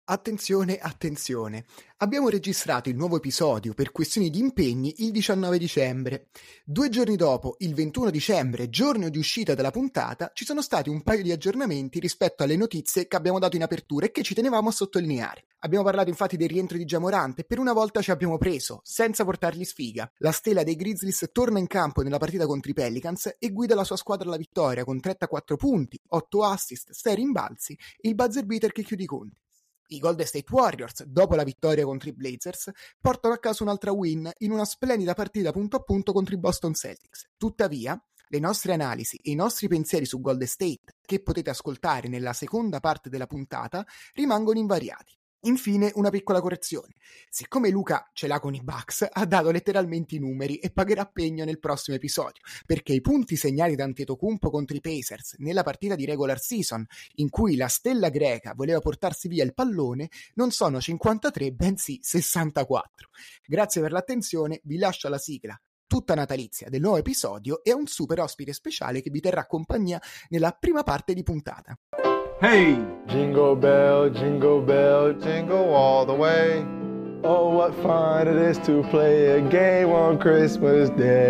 Attenzione, attenzione. Abbiamo registrato il nuovo episodio per questioni di impegni il 19 dicembre. 2 giorni dopo, il 21 dicembre, giorno di uscita della puntata, ci sono stati un paio di aggiornamenti rispetto alle notizie che abbiamo dato in apertura e che ci tenevamo a sottolineare. Abbiamo parlato infatti del rientro di Ja Morant e per una volta ci abbiamo preso, senza portargli sfiga. La stella dei Grizzlies torna in campo nella partita contro i Pelicans e guida la sua squadra alla vittoria con 34 punti, 8 assist, 6 rimbalzi, il buzzer beater che chiude i conti. I Golden State Warriors, dopo la vittoria contro i Blazers, portano a casa un'altra win in una splendida partita punto a punto contro i Boston Celtics. Tuttavia, le nostre analisi e i nostri pensieri su Golden State, che potete ascoltare nella seconda parte della puntata, rimangono invariati. Infine, una piccola correzione. Siccome Luca ce l'ha con i Bucks, ha dato letteralmente i numeri e pagherà pegno nel prossimo episodio, perché i punti segnati da Antetokounmpo contro i Pacers nella partita di regular season, in cui la stella greca voleva portarsi via il pallone, non sono 53, bensì 64. Grazie per l'attenzione, vi lascio alla sigla tutta natalizia del nuovo episodio e a un super ospite speciale che vi terrà compagnia nella prima parte di puntata. Hey! Jingle bell, jingle all the way. Oh, what fun it is to play a game on Christmas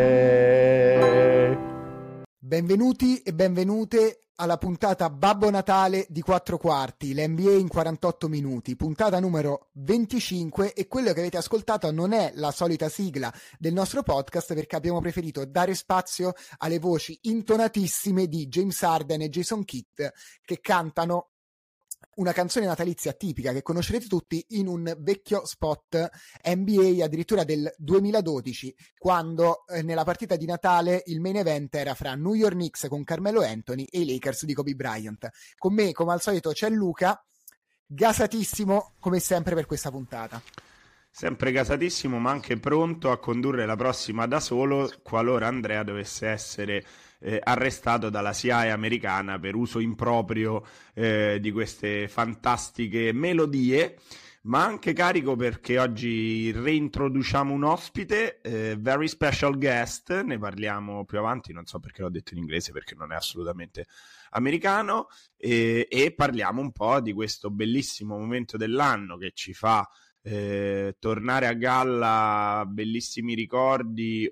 Day. Benvenuti e benvenute alla puntata Babbo Natale di 4 quarti, l'NBA in 48 minuti, puntata numero 25, e quello che avete ascoltato non è la solita sigla del nostro podcast perché abbiamo preferito dare spazio alle voci intonatissime di James Harden e Jason Kidd che cantano una canzone natalizia tipica che conoscerete tutti in un vecchio spot NBA addirittura del 2012, quando nella partita di Natale il main event era fra New York Knicks con Carmelo Anthony e i Lakers di Kobe Bryant. Con me, come al solito, c'è Luca, gasatissimo come sempre per questa puntata. Sempre gasatissimo, ma anche pronto a condurre la prossima da solo qualora Andrea dovesse essere arrestato dalla CIA americana per uso improprio di queste fantastiche melodie, ma anche carico perché oggi reintroduciamo un ospite, very special guest, ne parliamo più avanti, non so perché l'ho detto in inglese perché non è assolutamente americano, e parliamo un po' di questo bellissimo momento dell'anno che ci fa tornare a galla bellissimi ricordi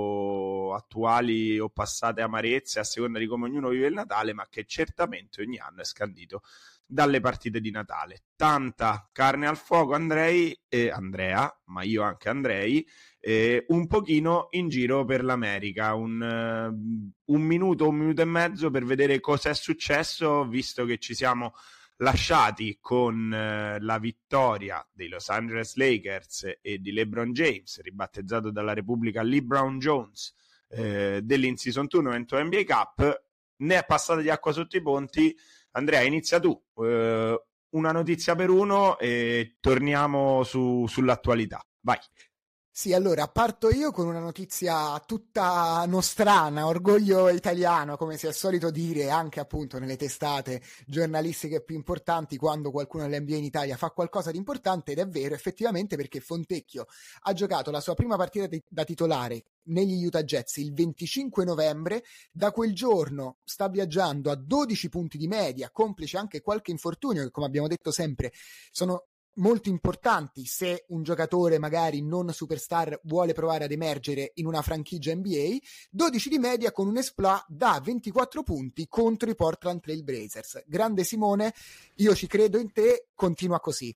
o attuali o passate amarezze a seconda di come ognuno vive il Natale, ma che certamente ogni anno è scandito dalle partite di Natale. Tanta carne al fuoco, Andrea, ma io anche Andrei, un pochino in giro per l'America, un minuto e mezzo per vedere cosa è successo, visto che ci siamo lasciati con la vittoria dei Los Angeles Lakers e di LeBron James, ribattezzato dalla Repubblica LeBron Jones, dell'In-Season Tournament NBA Cup. Ne è passata di acqua sotto i ponti. Andrea, inizia tu, una notizia per uno e torniamo sull'attualità. Vai. Sì, allora parto io con una notizia tutta nostrana, orgoglio italiano, come si è solito dire anche appunto nelle testate giornalistiche più importanti quando qualcuno dell'NBA in Italia fa qualcosa di importante, ed è vero effettivamente perché Fontecchio ha giocato la sua prima partita da titolare negli Utah Jazz il 25 novembre, da quel giorno sta viaggiando a 12 punti di media, complice anche qualche infortunio che, come abbiamo detto sempre, sono molto importanti se un giocatore magari non superstar vuole provare ad emergere in una franchigia NBA. 12 di media con un exploit da 24 punti contro i Portland Trail Blazers. Grande Simone, io ci credo in te, continua così.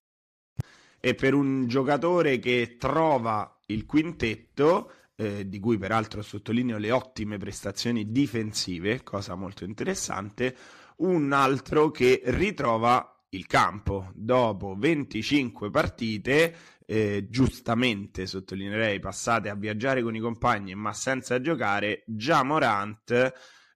E per un giocatore che trova il quintetto, di cui peraltro sottolineo le ottime prestazioni difensive, cosa molto interessante, un altro che ritrova il campo dopo 25 partite, giustamente sottolineerei passate a viaggiare con i compagni ma senza giocare. Ja Morant,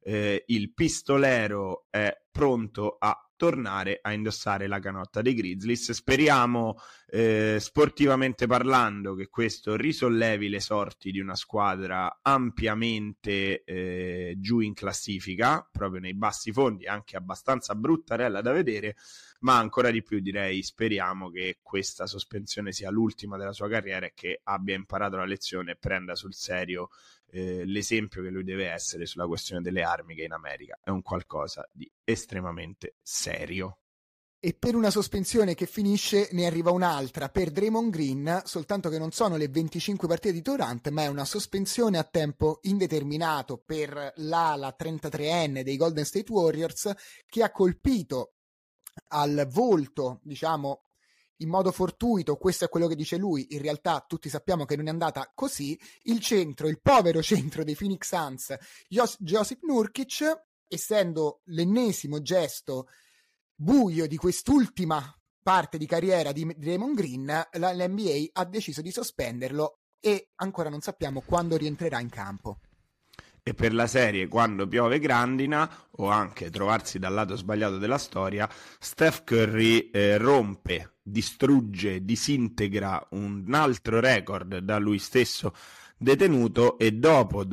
il pistolero, è pronto a tornare a indossare la canotta dei Grizzlies. Speriamo, sportivamente parlando, che questo risollevi le sorti di una squadra ampiamente giù in classifica, proprio nei bassi fondi, anche abbastanza bruttarella da vedere, ma ancora di più direi speriamo che questa sospensione sia l'ultima della sua carriera e che abbia imparato la lezione e prenda sul serio l'esempio che lui deve essere sulla questione delle armi, che in America è un qualcosa di estremamente serio. E per una sospensione che finisce ne arriva un'altra per Draymond Green, soltanto che non sono le 25 partite di Durant, ma è una sospensione a tempo indeterminato per l'ala 33enne dei Golden State Warriors, che ha colpito al volto, diciamo, in modo fortuito, questo è quello che dice lui, in realtà tutti sappiamo che non è andata così, il povero centro dei Phoenix Suns, Josip Nurkic, essendo l'ennesimo gesto buio di quest'ultima parte di carriera di Draymond Green, l'NBA ha deciso di sospenderlo e ancora non sappiamo quando rientrerà in campo. E per la serie, quando piove grandina, o anche trovarsi dal lato sbagliato della storia, Steph Curry rompe, distrugge, disintegra un altro record da lui stesso detenuto, e dopo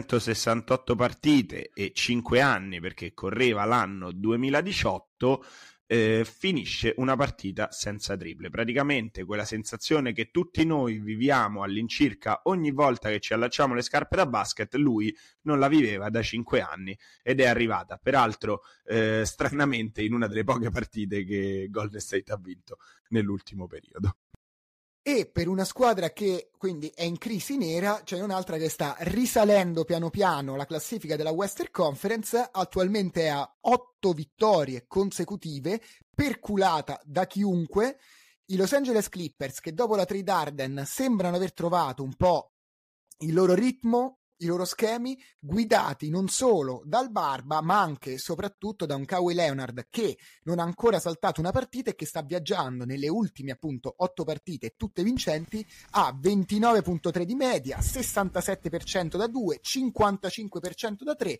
268 partite e 5 anni, perché correva l'anno 2018, finisce una partita senza triple. Praticamente quella sensazione che tutti noi viviamo all'incirca ogni volta che ci allacciamo le scarpe da basket, lui non la viveva da 5 anni ed è arrivata peraltro stranamente in una delle poche partite che Golden State ha vinto nell'ultimo periodo. E per una squadra che quindi è in crisi nera, c'è un'altra che sta risalendo piano piano la classifica della Western Conference, attualmente ha 8 vittorie consecutive, perculata da chiunque, i Los Angeles Clippers, che dopo la trade Harden sembrano aver trovato un po' il loro ritmo, i loro schemi, guidati non solo dal Barba, ma anche e soprattutto da un Kawhi Leonard che non ha ancora saltato una partita e che sta viaggiando nelle ultime appunto 8 partite, tutte vincenti, a 29.3 di media, 67% da 2, 55% da 3,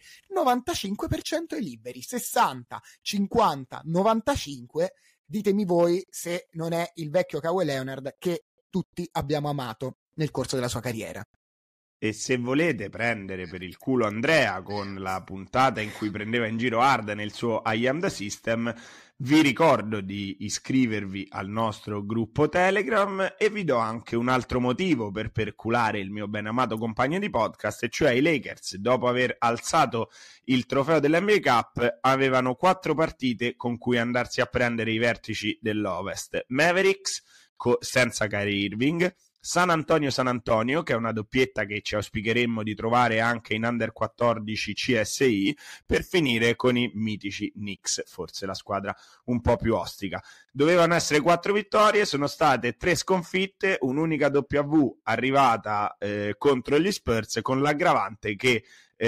95% ai liberi, 60, 50, 95. Ditemi voi se non è il vecchio Kawhi Leonard che tutti abbiamo amato nel corso della sua carriera. E se volete prendere per il culo Andrea con la puntata in cui prendeva in giro Harden e il suo I am the system, vi ricordo di iscrivervi al nostro gruppo Telegram e vi do anche un altro motivo per perculare il mio ben amato compagno di podcast, e cioè i Lakers, dopo aver alzato il trofeo dell'NBA Cup, avevano 4 partite con cui andarsi a prendere i vertici dell'Ovest. Mavericks senza Kyrie Irving, San Antonio, che è una doppietta che ci auspicheremmo di trovare anche in Under 14 CSI, per finire con i mitici Knicks, forse la squadra un po' più ostica. Dovevano essere 4 vittorie, sono state 3 sconfitte, un'unica W arrivata contro gli Spurs, con l'aggravante che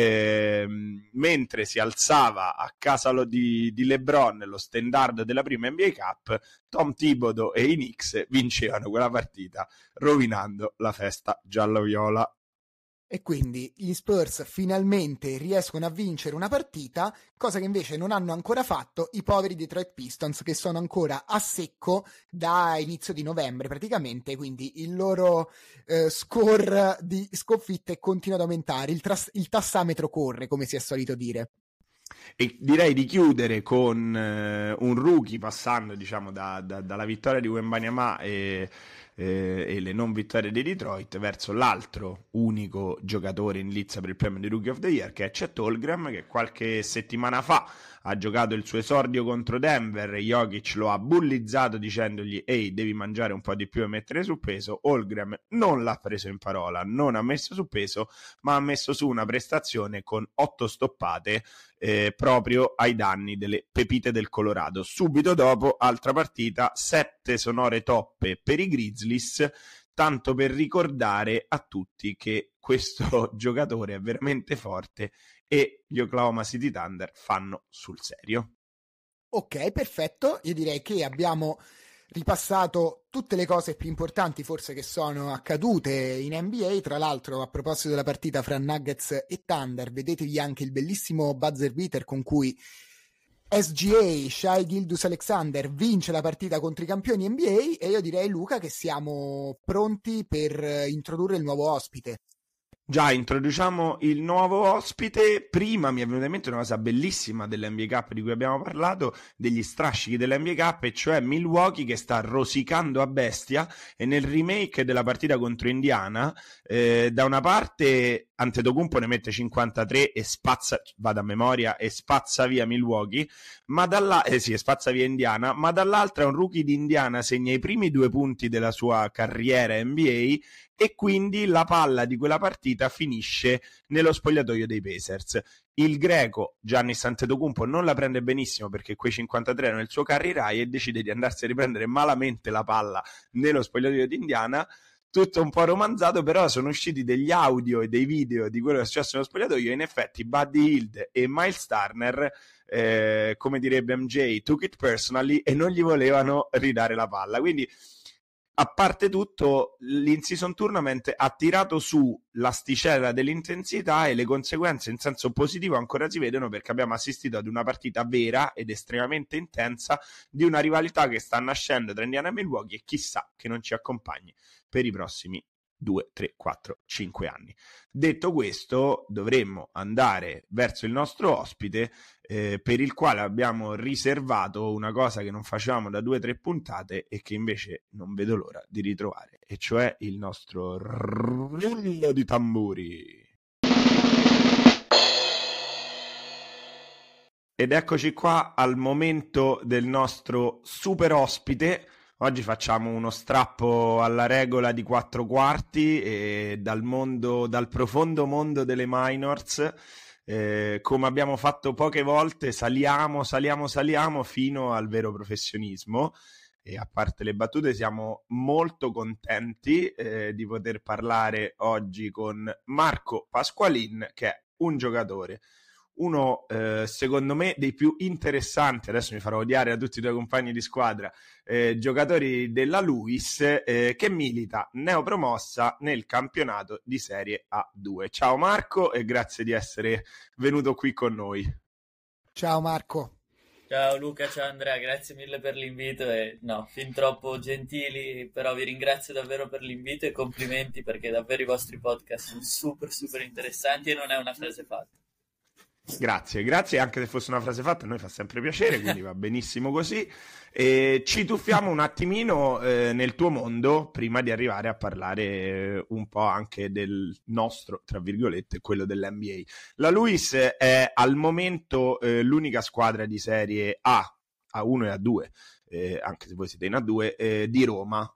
mentre si alzava a casa di LeBron lo standard della prima NBA Cup, Tom Thibodeau e i Knicks vincevano quella partita rovinando la festa giallo-viola. E quindi gli Spurs finalmente riescono a vincere una partita, cosa che invece non hanno ancora fatto i poveri Detroit Pistons, che sono ancora a secco da inizio di novembre praticamente, quindi il loro score di sconfitte continua ad aumentare, il tassametro corre, come si è solito dire. E direi di chiudere con un rookie, passando diciamo dalla vittoria di Wembanyama e le non vittorie di Detroit verso l'altro unico giocatore in lizza per il premio di Rookie of the Year, che è Chet Holmgren, che qualche settimana fa ha giocato il suo esordio contro Denver. Jokic lo ha bullizzato dicendogli: ehi, devi mangiare un po' di più e mettere su peso. Holmgren non l'ha preso in parola, non ha messo su peso, ma ha messo su una prestazione con 8 stoppate proprio ai danni delle pepite del Colorado. Subito dopo, altra partita, 7 sonore toppe per i Grizzlies, tanto per ricordare a tutti che questo giocatore è veramente forte e gli Oklahoma City Thunder fanno sul serio. Ok, perfetto, io direi che abbiamo ripassato tutte le cose più importanti forse che sono accadute in NBA. Tra l'altro, a proposito della partita fra Nuggets e Thunder, vedetevi anche il bellissimo buzzer beater con cui SGA, Shai Gilgeous-Alexander, vince la partita contro i campioni NBA, e io direi, Luca, che siamo pronti per introdurre il nuovo ospite. Già, introduciamo il nuovo ospite. Prima mi è venuta in mente una cosa bellissima dell'NBA Cup di cui abbiamo parlato, degli strascichi dell'NBA Cup, e cioè Milwaukee che sta rosicando a bestia, e nel remake della partita contro Indiana da una parte Antetokounmpo ne mette 53 e spazza, vado a memoria, e spazza via Milwaukee, e spazza via Indiana, ma dall'altra un rookie di Indiana segna i primi 2 punti della sua carriera NBA e quindi la palla di quella partita finisce nello spogliatoio dei Pacers. Il greco Giannis Antetokounmpo non la prende benissimo perché quei 53 erano il suo carry high e decide di andarsi a riprendere malamente la palla nello spogliatoio di Indiana. Tutto un po' romanzato, però sono usciti degli audio e dei video di quello che è successo nello spogliatoio e in effetti Buddy Hield e Miles Turner, come direbbe MJ, took it personally e non gli volevano ridare la palla. Quindi, a parte tutto, l'in-season tournament ha tirato su l'asticella dell'intensità e le conseguenze in senso positivo ancora si vedono, perché abbiamo assistito ad una partita vera ed estremamente intensa di una rivalità che sta nascendo tra Indiana e Milwaukee e chissà che non ci accompagni per i prossimi 2, 3, 4, 5 anni. Detto questo, dovremmo andare verso il nostro ospite, per il quale abbiamo riservato una cosa che non facevamo da 2 o 3 puntate e che invece non vedo l'ora di ritrovare, e cioè il nostro rullo di tamburi. Ed eccoci qua al momento del nostro super ospite. Oggi facciamo uno strappo alla regola di 4 quarti e dal profondo mondo delle minors, come abbiamo fatto poche volte, saliamo fino al vero professionismo. E a parte le battute, siamo molto contenti di poter parlare oggi con Marco Pasqualin, che è un giocatore, uno secondo me dei più interessanti, adesso mi farò odiare da tutti i tuoi compagni di squadra, giocatori della LUIS, che milita neopromossa nel campionato di Serie A2. Ciao Marco e grazie di essere venuto qui con noi. Ciao Marco. Ciao Luca, ciao Andrea, grazie mille per l'invito e fin troppo gentili, però vi ringrazio davvero per l'invito e complimenti perché davvero i vostri podcast sono super super interessanti e non è una frase fatta. Grazie, anche se fosse una frase fatta a noi fa sempre piacere, quindi va benissimo così. Ci tuffiamo un attimino nel tuo mondo prima di arrivare a parlare un po' anche del nostro, tra virgolette, quello dell'NBA. La LUIS è al momento l'unica squadra di Serie A, A1 e A2, anche se voi siete in A2, di Roma,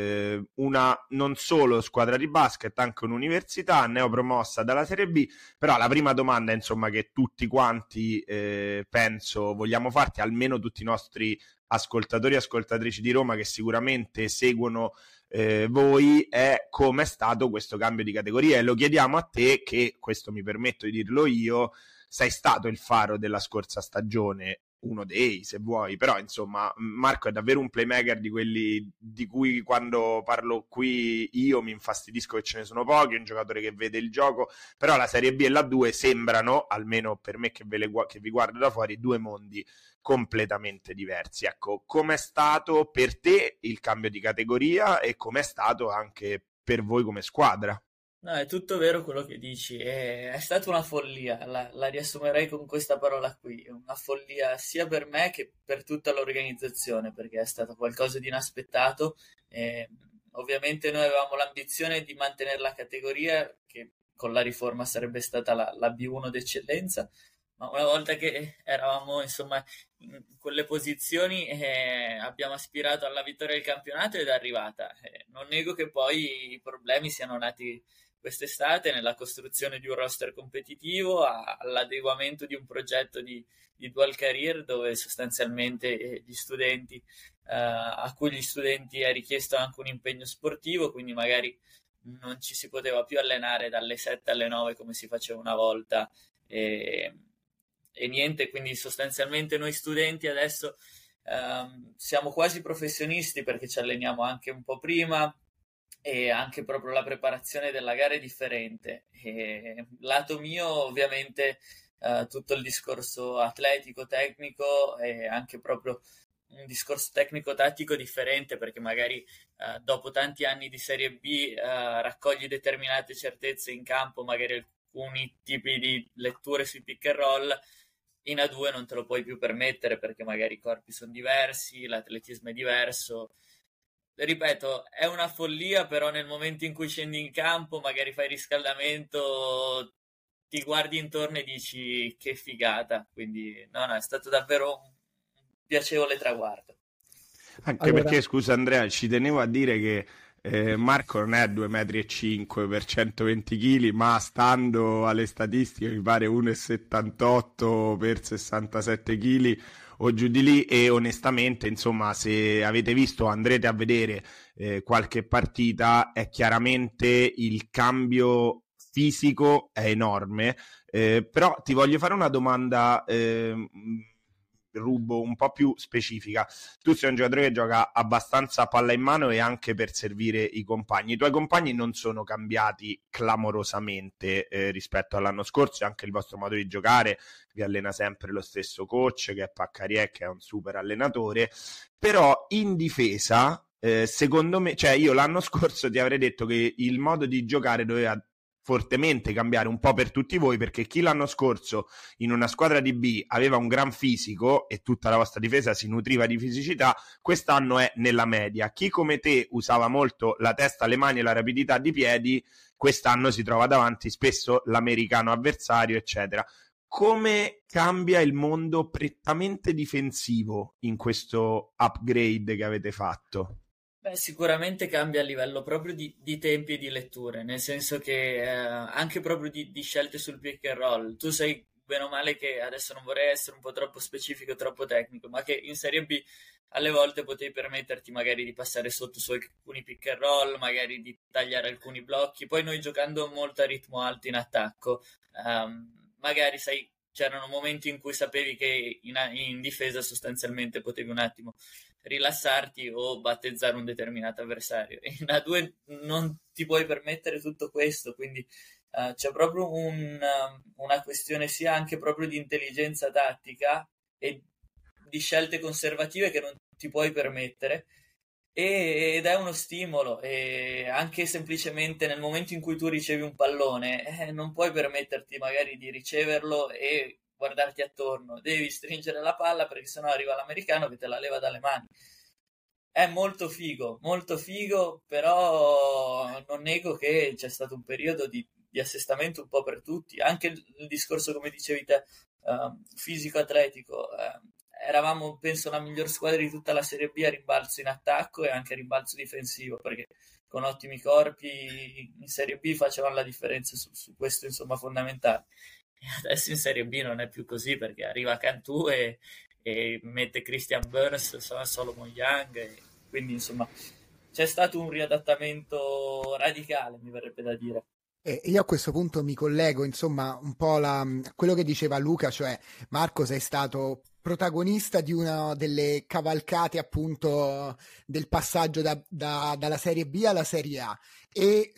una non solo squadra di basket, anche un'università neopromossa dalla Serie B. Però la prima domanda, insomma, che tutti quanti penso vogliamo farti, almeno tutti i nostri ascoltatori e ascoltatrici di Roma che sicuramente seguono voi, è come è stato questo cambio di categoria, e lo chiediamo a te che, questo mi permetto di dirlo io, sei stato il faro della scorsa stagione, uno dei, se vuoi, però insomma Marco è davvero un playmaker di quelli di cui quando parlo qui io mi infastidisco che ce ne sono pochi, un giocatore che vede il gioco, però la Serie B e la 2 sembrano, almeno per me che vi guardo da fuori, 2 mondi completamente diversi. Ecco, com'è stato per te il cambio di categoria e com'è stato anche per voi come squadra? No, è tutto vero quello che dici, è stata una follia, la riassumerei con questa parola qui, una follia sia per me che per tutta l'organizzazione, perché è stato qualcosa di inaspettato. Ovviamente noi avevamo l'ambizione di mantenere la categoria, che con la riforma sarebbe stata la B1 d'eccellenza, ma una volta che eravamo insomma in quelle posizioni abbiamo aspirato alla vittoria del campionato ed è arrivata. Non nego che poi i problemi siano nati quest'estate nella costruzione di un roster competitivo, all'adeguamento di un progetto di dual career dove sostanzialmente gli studenti, a cui gli studenti è richiesto anche un impegno sportivo, quindi magari non ci si poteva più allenare dalle 7 alle 9 come si faceva una volta e niente, quindi sostanzialmente noi studenti adesso siamo quasi professionisti perché ci alleniamo anche un po' prima e anche proprio la preparazione della gara è differente. E lato mio ovviamente tutto il discorso atletico, tecnico e anche proprio un discorso tecnico-tattico differente perché magari dopo tanti anni di Serie B raccogli determinate certezze in campo, magari alcuni tipi di letture sui pick and roll. In A2 non te lo puoi più permettere perché magari i corpi sono diversi, l'atletismo è diverso ripeto, è una follia, però nel momento in cui scendi in campo, magari fai riscaldamento, ti guardi intorno e dici che figata. Quindi no, è stato davvero un piacevole traguardo. Anche perché, scusa Andrea, ci tenevo a dire che Marco non è 2,5 m per 120 kg, ma stando alle statistiche mi pare 1,78 m per 67 kg o giù di lì, e onestamente, insomma, se avete visto, andrete a vedere qualche partita, è chiaramente il cambio fisico è enorme, però ti voglio fare una domanda rubo un po' più specifica. Tu sei un giocatore che gioca abbastanza palla in mano e anche per servire i compagni. I tuoi compagni non sono cambiati clamorosamente rispetto all'anno scorso, e anche il vostro modo di giocare, vi allena sempre lo stesso coach che è Paccarie, che è un super allenatore, però in difesa secondo me, cioè io l'anno scorso ti avrei detto che il modo di giocare doveva fortemente cambiare un po' per tutti voi, perché chi l'anno scorso in una squadra di B aveva un gran fisico e tutta la vostra difesa si nutriva di fisicità, quest'anno è nella media. Chi come te usava molto la testa, le mani e la rapidità di piedi, quest'anno si trova davanti spesso l'americano avversario, eccetera. Come cambia il mondo prettamente difensivo in questo upgrade che avete fatto? Beh, sicuramente cambia a livello proprio di tempi e di letture, nel senso che anche proprio di scelte sul pick and roll. Tu sai bene o male che, adesso non vorrei essere un po' troppo specifico, troppo tecnico, ma che in Serie B alle volte potevi permetterti magari di passare sotto su alcuni pick and roll, magari di tagliare alcuni blocchi. Poi noi, giocando molto a ritmo alto in attacco, magari sai, c'erano momenti in cui sapevi che in difesa sostanzialmente potevi un attimo rilassarti o battezzare un determinato avversario. In A2 non ti puoi permettere tutto questo, quindi c'è proprio una questione sia anche proprio di intelligenza tattica e di scelte conservative che non ti puoi permettere, ed è uno stimolo, e anche semplicemente nel momento in cui tu ricevi un pallone non puoi permetterti magari di riceverlo e guardarti attorno, devi stringere la palla perché sennò arriva l'americano che te la leva dalle mani. È molto figo, però non nego che c'è stato un periodo di assestamento un po' per tutti, anche il discorso, come dicevi te, fisico-atletico. Eravamo, penso, la miglior squadra di tutta la Serie B a rimbalzo in attacco e anche a rimbalzo difensivo, perché con ottimi corpi in Serie B facevano la differenza su questo, insomma, fondamentale. E adesso in Serie B non è più così, perché arriva Cantù e mette Christian Burns, Solomon Young, e quindi insomma c'è stato un riadattamento radicale, mi verrebbe da dire. E io a questo punto mi collego, insomma, un po' a quello che diceva Luca, cioè Marco, sei stato protagonista di una delle cavalcate, appunto, del passaggio dalla Serie B alla Serie A, e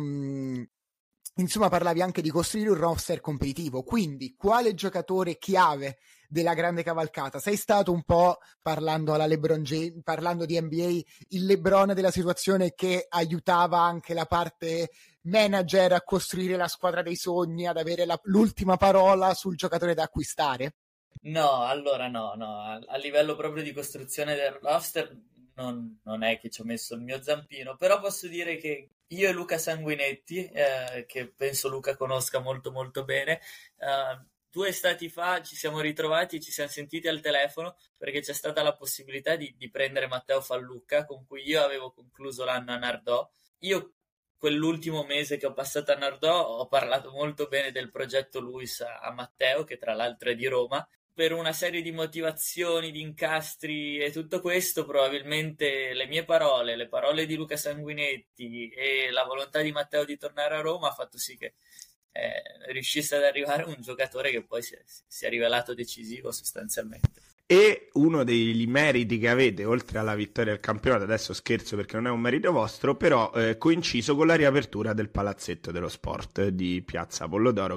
insomma parlavi anche di costruire un roster competitivo, quindi quale giocatore chiave della grande cavalcata? Sei stato un po', parlando alla LeBron James, parlando di NBA, il LeBron della situazione, che aiutava anche la parte manager a costruire la squadra dei sogni, ad avere l'ultima parola sul giocatore da acquistare? No, allora no, a livello proprio di costruzione del roster non è che ci ho messo il mio zampino, però posso dire che io e Luca Sanguinetti, che penso Luca conosca molto molto bene, 2 estati fa ci siamo ritrovati e ci siamo sentiti al telefono, perché c'è stata la possibilità di prendere Matteo Fallucca, con cui io avevo concluso l'anno a Nardò. Io quell'ultimo mese che ho passato a Nardò ho parlato molto bene del progetto Luis a Matteo, che tra l'altro è di Roma. Per una serie di motivazioni, di incastri e tutto questo, probabilmente le mie parole, le parole di Luca Sanguinetti e la volontà di Matteo di tornare a Roma ha fatto sì che riuscisse ad arrivare un giocatore che poi si è rivelato decisivo sostanzialmente. E uno dei meriti che avete, oltre alla vittoria del campionato, adesso scherzo perché non è un merito vostro, però coinciso con la riapertura del Palazzetto dello Sport di Piazza Pollodoro, che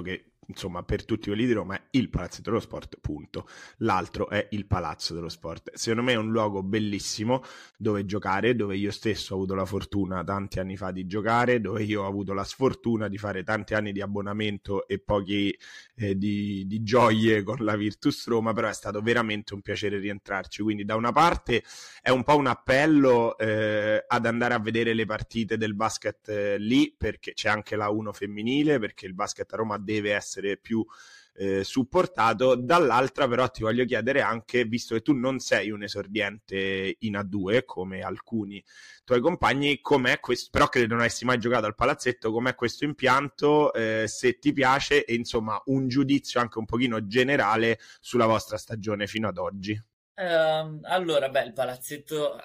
insomma, per tutti quelli di Roma è il Palazzetto dello Sport, punto. L'altro è il Palazzo dello Sport. Secondo me è un luogo bellissimo dove giocare, dove io stesso ho avuto la fortuna tanti anni fa di giocare, dove io ho avuto la sfortuna di fare tanti anni di abbonamento e pochi di gioie con la Virtus Roma, però è stato veramente un piacere rientrarci. Quindi da una parte è un po' un appello ad andare a vedere le partite del basket lì, perché c'è anche la 1 femminile, perché il basket a Roma deve essere più supportato. Dall'altra però ti voglio chiedere anche, visto che tu non sei un esordiente in A2 come alcuni tuoi compagni, com'è questo, però credo non avessi mai giocato al palazzetto, com'è questo impianto, se ti piace, e insomma un giudizio anche un pochino generale sulla vostra stagione fino ad oggi. Allora, il palazzetto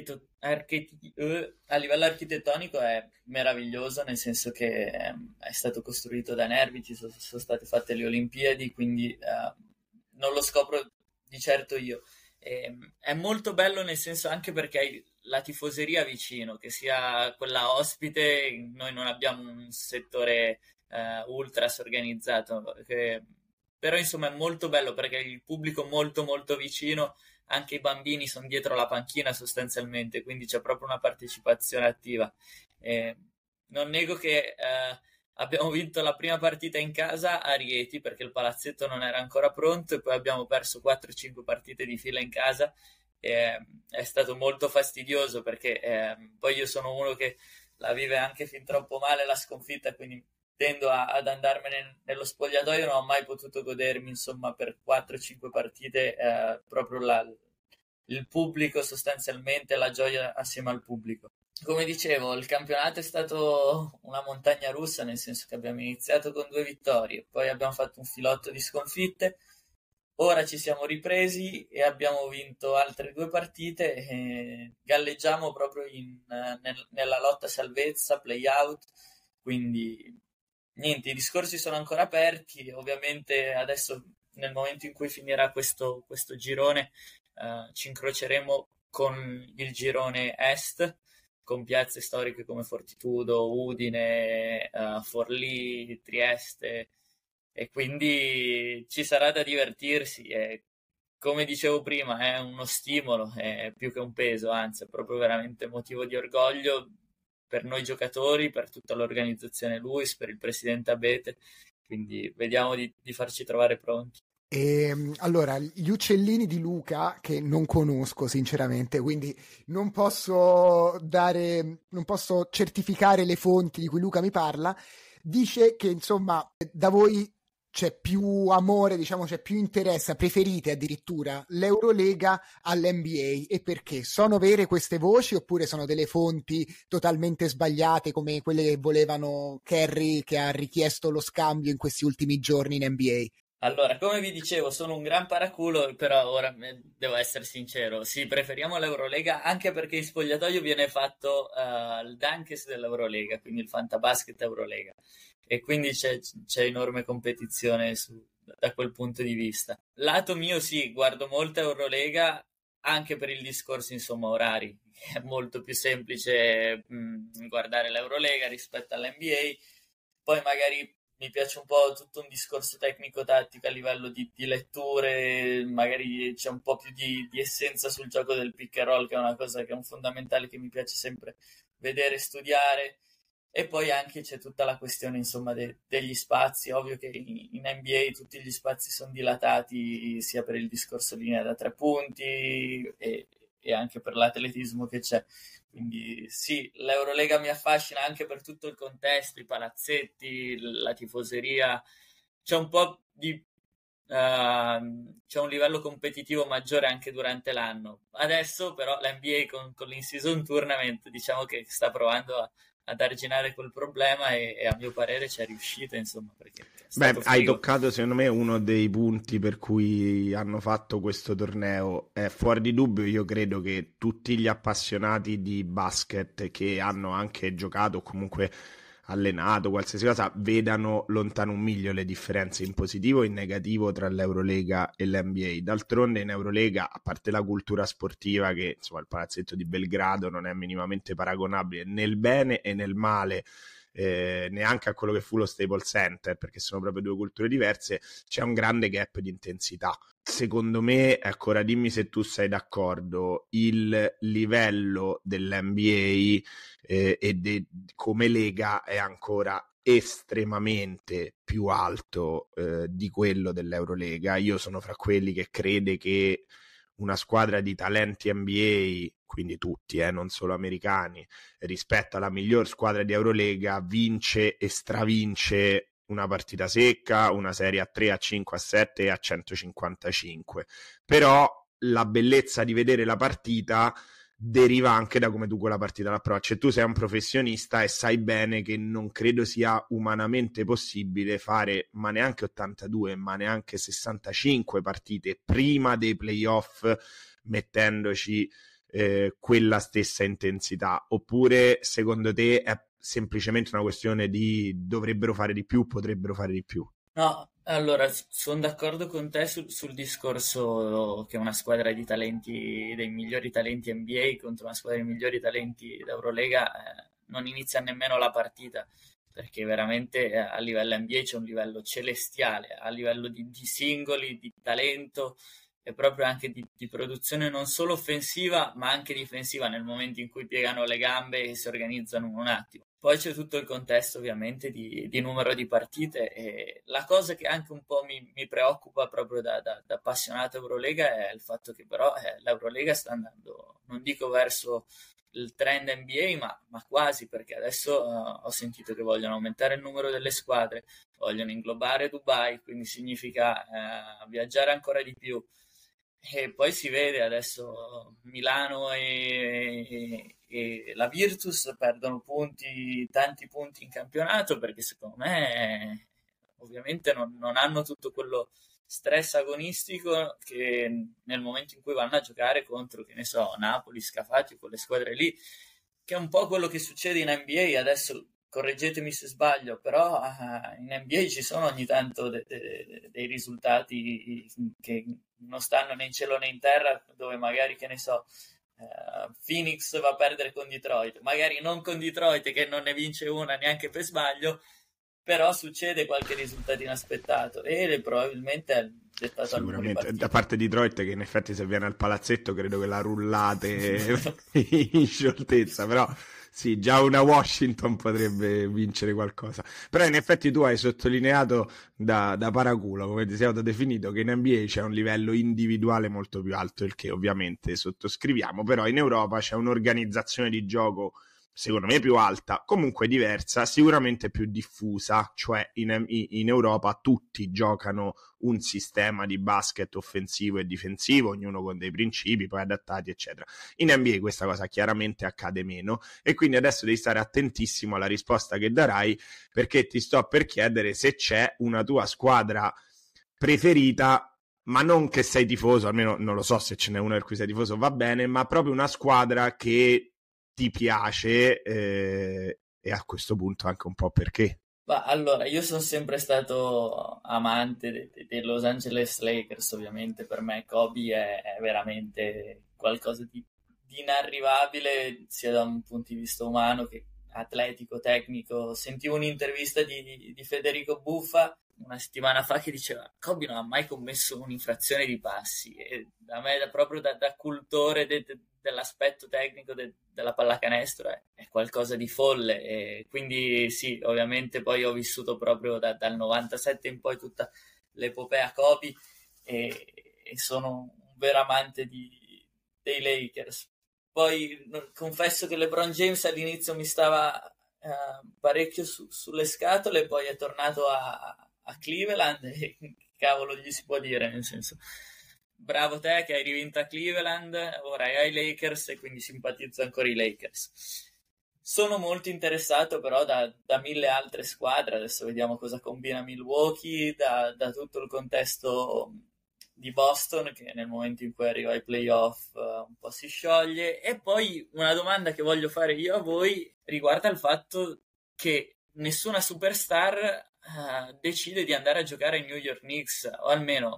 a livello architettonico è meraviglioso, nel senso che è stato costruito da Nervi, sono state fatte le Olimpiadi, quindi non lo scopro di certo io. È molto bello nel senso anche perché hai la tifoseria vicino, che sia quella ospite, noi non abbiamo un settore ultras organizzato, però insomma è molto bello perché il pubblico molto molto vicino, anche i bambini sono dietro la panchina sostanzialmente, quindi c'è proprio una partecipazione attiva. Non nego che abbiamo vinto la prima partita in casa a Rieti perché il palazzetto non era ancora pronto e poi abbiamo perso 4-5 partite di fila in casa. È stato molto fastidioso perché poi io sono uno che la vive anche fin troppo male la sconfitta, quindi tendo ad andarmene nello spogliatoio. Non ho mai potuto godermi insomma per 4-5 partite proprio il pubblico, sostanzialmente la gioia assieme al pubblico. Come dicevo, il campionato è stato una montagna russa, nel senso che abbiamo iniziato con 2 vittorie, poi abbiamo fatto un filotto di sconfitte, ora ci siamo ripresi e abbiamo vinto altre 2 partite e galleggiamo proprio nella lotta salvezza, play-out, quindi niente, i discorsi sono ancora aperti. Ovviamente adesso nel momento in cui finirà questo girone ci incroceremo con il girone est, con piazze storiche come Fortitudo, Udine, Forlì, Trieste, e quindi ci sarà da divertirsi e, come dicevo prima, è uno stimolo, è più che un peso, anzi è proprio veramente motivo di orgoglio per noi giocatori, per tutta l'organizzazione Luis, per il presidente Abete, quindi vediamo di farci trovare pronti. Allora, gli uccellini di Luca, che non conosco sinceramente, quindi non posso certificare le fonti di cui Luca mi parla, dice che insomma da voi c'è più amore, diciamo, c'è più interesse, preferite addirittura l'Eurolega all'NBA. E perché? Sono vere queste voci oppure sono delle fonti totalmente sbagliate come quelle che volevano Kerry, che ha richiesto lo scambio in questi ultimi giorni in NBA? Allora, come vi dicevo, sono un gran paraculo, però ora devo essere sincero, sì, preferiamo l'Eurolega anche perché in spogliatoio viene fatto il Dunkes dell'Eurolega, quindi il Fantabasket Eurolega, e quindi c'è enorme competizione da quel punto di vista. Lato mio sì, guardo molta Eurolega anche per il discorso insomma orari, è molto più semplice guardare l'Eurolega rispetto all'NBA, poi magari mi piace un po' tutto un discorso tecnico-tattico a livello di letture, magari c'è un po' più di essenza sul gioco del pick and roll, che è una cosa che è un fondamentale che mi piace sempre vedere e studiare. E poi anche c'è tutta la questione insomma degli spazi. Ovvio che in NBA tutti gli spazi sono dilatati sia per il discorso linea da 3 punti e anche per l'atletismo che c'è. Quindi sì, l'Eurolega mi affascina anche per tutto il contesto, i palazzetti, la tifoseria. C'è un po' c'è un livello competitivo maggiore anche durante l'anno. Adesso però l'NBA con l'in-season tournament diciamo che sta provando ad arginare quel problema e a mio parere ci è riuscita, insomma, perché hai toccato secondo me uno dei punti per cui hanno fatto questo torneo. Fuori di dubbio, io credo che tutti gli appassionati di basket che hanno anche giocato o comunque allenato, qualsiasi cosa, vedano lontano un miglio le differenze in positivo e in negativo tra l'Eurolega e l'NBA. D'altronde in Eurolega, a parte la cultura sportiva, che insomma il palazzetto di Belgrado non è minimamente paragonabile nel bene e nel male neanche a quello che fu lo Staples Center, perché sono proprio due culture diverse, c'è un grande gap di intensità. Secondo me, ecco, ora dimmi se tu sei d'accordo, il livello dell'NBA come lega è ancora estremamente più alto di quello dell'Eurolega. Io sono fra quelli che crede che una squadra di talenti NBA, quindi tutti, non solo americani, rispetto alla miglior squadra di Eurolega, vince e stravince una partita secca, una serie a 3, a 5, a 7 e a 155. Però la bellezza di vedere la partita deriva anche da come tu quella partita l'approcci, e tu sei un professionista e sai bene che non credo sia umanamente possibile fare ma neanche 82 ma neanche 65 partite prima dei playoff mettendoci quella stessa intensità. Oppure secondo te è semplicemente una questione di dovrebbero fare di più, potrebbero fare di più? No, allora sono d'accordo con te sul discorso che una squadra di talenti, dei migliori talenti NBA contro una squadra dei migliori talenti d'Eurolega non inizia nemmeno la partita, perché veramente a livello NBA c'è un livello celestiale, a livello di singoli, di talento e proprio anche di produzione non solo offensiva ma anche difensiva nel momento in cui piegano le gambe e si organizzano un attimo. Poi c'è tutto il contesto ovviamente di numero di partite, e la cosa che anche un po' mi preoccupa proprio da appassionato Eurolega è il fatto che però l'Eurolega sta andando, non dico verso il trend NBA, ma quasi, perché adesso ho sentito che vogliono aumentare il numero delle squadre, vogliono inglobare Dubai, quindi significa viaggiare ancora di più. E poi si vede adesso Milano e la Virtus perdono punti, tanti punti in campionato, perché secondo me ovviamente non hanno tutto quello stress agonistico che nel momento in cui vanno a giocare contro, che ne so, Napoli, Scafati, quelle squadre lì, che è un po' quello che succede in NBA adesso. Correggetemi se sbaglio, però in NBA ci sono ogni tanto dei risultati che non stanno né in cielo né in terra, dove magari, che ne so, Phoenix va a perdere con Detroit, magari non con Detroit che non ne vince una neanche per sbaglio, però succede qualche risultato inaspettato e probabilmente è dettato al numero di partite. Da parte di Detroit, che in effetti se viene al palazzetto credo che la rullate in scioltezza, però sì, già una Washington potrebbe vincere qualcosa. Però in effetti tu hai sottolineato da paraculo, come ti sei autodefinito, che in NBA c'è un livello individuale molto più alto, il che ovviamente sottoscriviamo, però in Europa c'è un'organizzazione di gioco secondo me più alta, comunque diversa, sicuramente più diffusa, cioè in Europa tutti giocano un sistema di basket offensivo e difensivo, ognuno con dei principi poi adattati eccetera. In NBA questa cosa chiaramente accade meno, e quindi adesso devi stare attentissimo alla risposta che darai, perché ti sto per chiedere se c'è una tua squadra preferita, ma non che sei tifoso, almeno non lo so se ce n'è una per cui sei tifoso, va bene, ma proprio una squadra che ti piace, e a questo punto anche un po' perché. Ma allora, io sono sempre stato amante dei Los Angeles Lakers, ovviamente per me Kobe è veramente qualcosa di inarrivabile, sia da un punto di vista umano che atletico, tecnico. Sentivo un'intervista di Federico Buffa una settimana fa che diceva Kobe non ha mai commesso un'infrazione di passi, e da me proprio da cultore dell'aspetto tecnico della pallacanestro è qualcosa di folle, e quindi sì, ovviamente poi ho vissuto proprio dal 97 in poi tutta l'epopea Kobe, e sono un vero amante dei Lakers. Poi confesso che LeBron James all'inizio mi stava parecchio sulle scatole, poi è tornato a Cleveland e cavolo gli si può dire, nel senso, bravo te che hai rivinto a Cleveland, ora hai i Lakers e quindi simpatizzo ancora i Lakers. Sono molto interessato però da mille altre squadre, adesso vediamo cosa combina Milwaukee, da tutto il contesto di Boston che nel momento in cui arriva ai playoff un po' si scioglie. E poi una domanda che voglio fare io a voi riguarda il fatto che nessuna superstar decide di andare a giocare ai New York Knicks, o almeno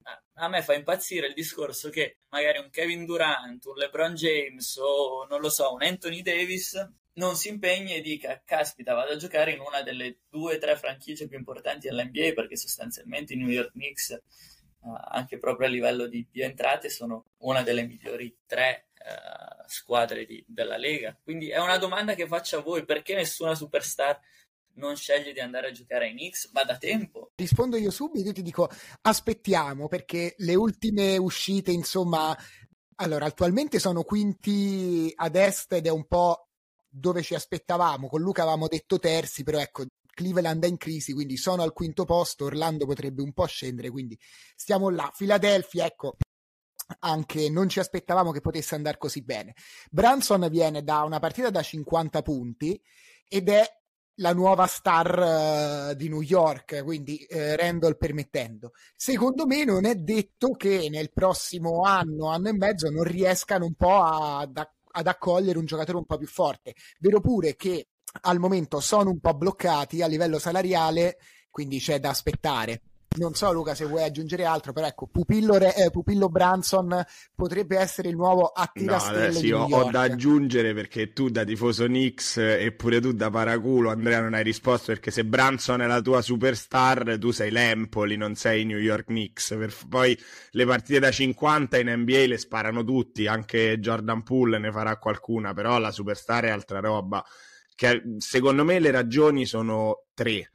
a me fa impazzire il discorso che magari un Kevin Durant, un LeBron James o non lo so, un Anthony Davis non si impegni e dica, caspita, vado a giocare in una delle 2 o 3 franchigie più importanti dell'NBA, perché sostanzialmente i New York Knicks, anche proprio a livello di entrate, sono una delle migliori 3 squadre della Lega. Quindi è una domanda che faccio a voi: perché nessuna superstar non sceglie di andare a giocare ai Knicks? Ma da tempo. Rispondo io subito, io ti dico aspettiamo, perché le ultime uscite, insomma, allora attualmente sono quinti ad est ed è un po' dove ci aspettavamo. Con Luca avevamo detto terzi, però ecco, Cleveland è in crisi, quindi sono al quinto posto, Orlando potrebbe un po' scendere, quindi stiamo là. Philadelphia, ecco, anche non ci aspettavamo che potesse andare così bene. Brunson viene da una partita da 50 punti ed è la nuova star di New York, quindi Randall permettendo. Secondo me non è detto che nel prossimo anno e mezzo non riescano un po' ad accogliere un giocatore un po' più forte. Vero pure che al momento sono un po' bloccati a livello salariale, quindi c'è da aspettare. Non so Luca se vuoi aggiungere altro, però ecco, Pupillo Brunson potrebbe essere il nuovo attirastelle sì, di New ho York. da aggiungere, perché tu da tifoso Knicks e pure tu da paraculo, Andrea, non hai risposto, perché se Brunson è la tua superstar, tu sei l'Empoli, non sei New York Knicks. Poi le partite da 50 in NBA le sparano tutti, anche Jordan Poole ne farà qualcuna, però la superstar è altra roba. Secondo me le ragioni sono 3.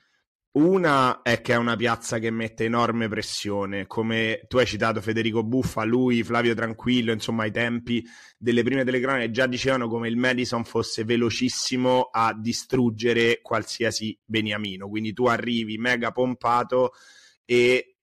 Una è che è una piazza che mette enorme pressione, come tu hai citato Federico Buffa, lui, Flavio Tranquillo, insomma ai tempi delle prime telecronache già dicevano come il Madison fosse velocissimo a distruggere qualsiasi beniamino, quindi tu arrivi mega pompato e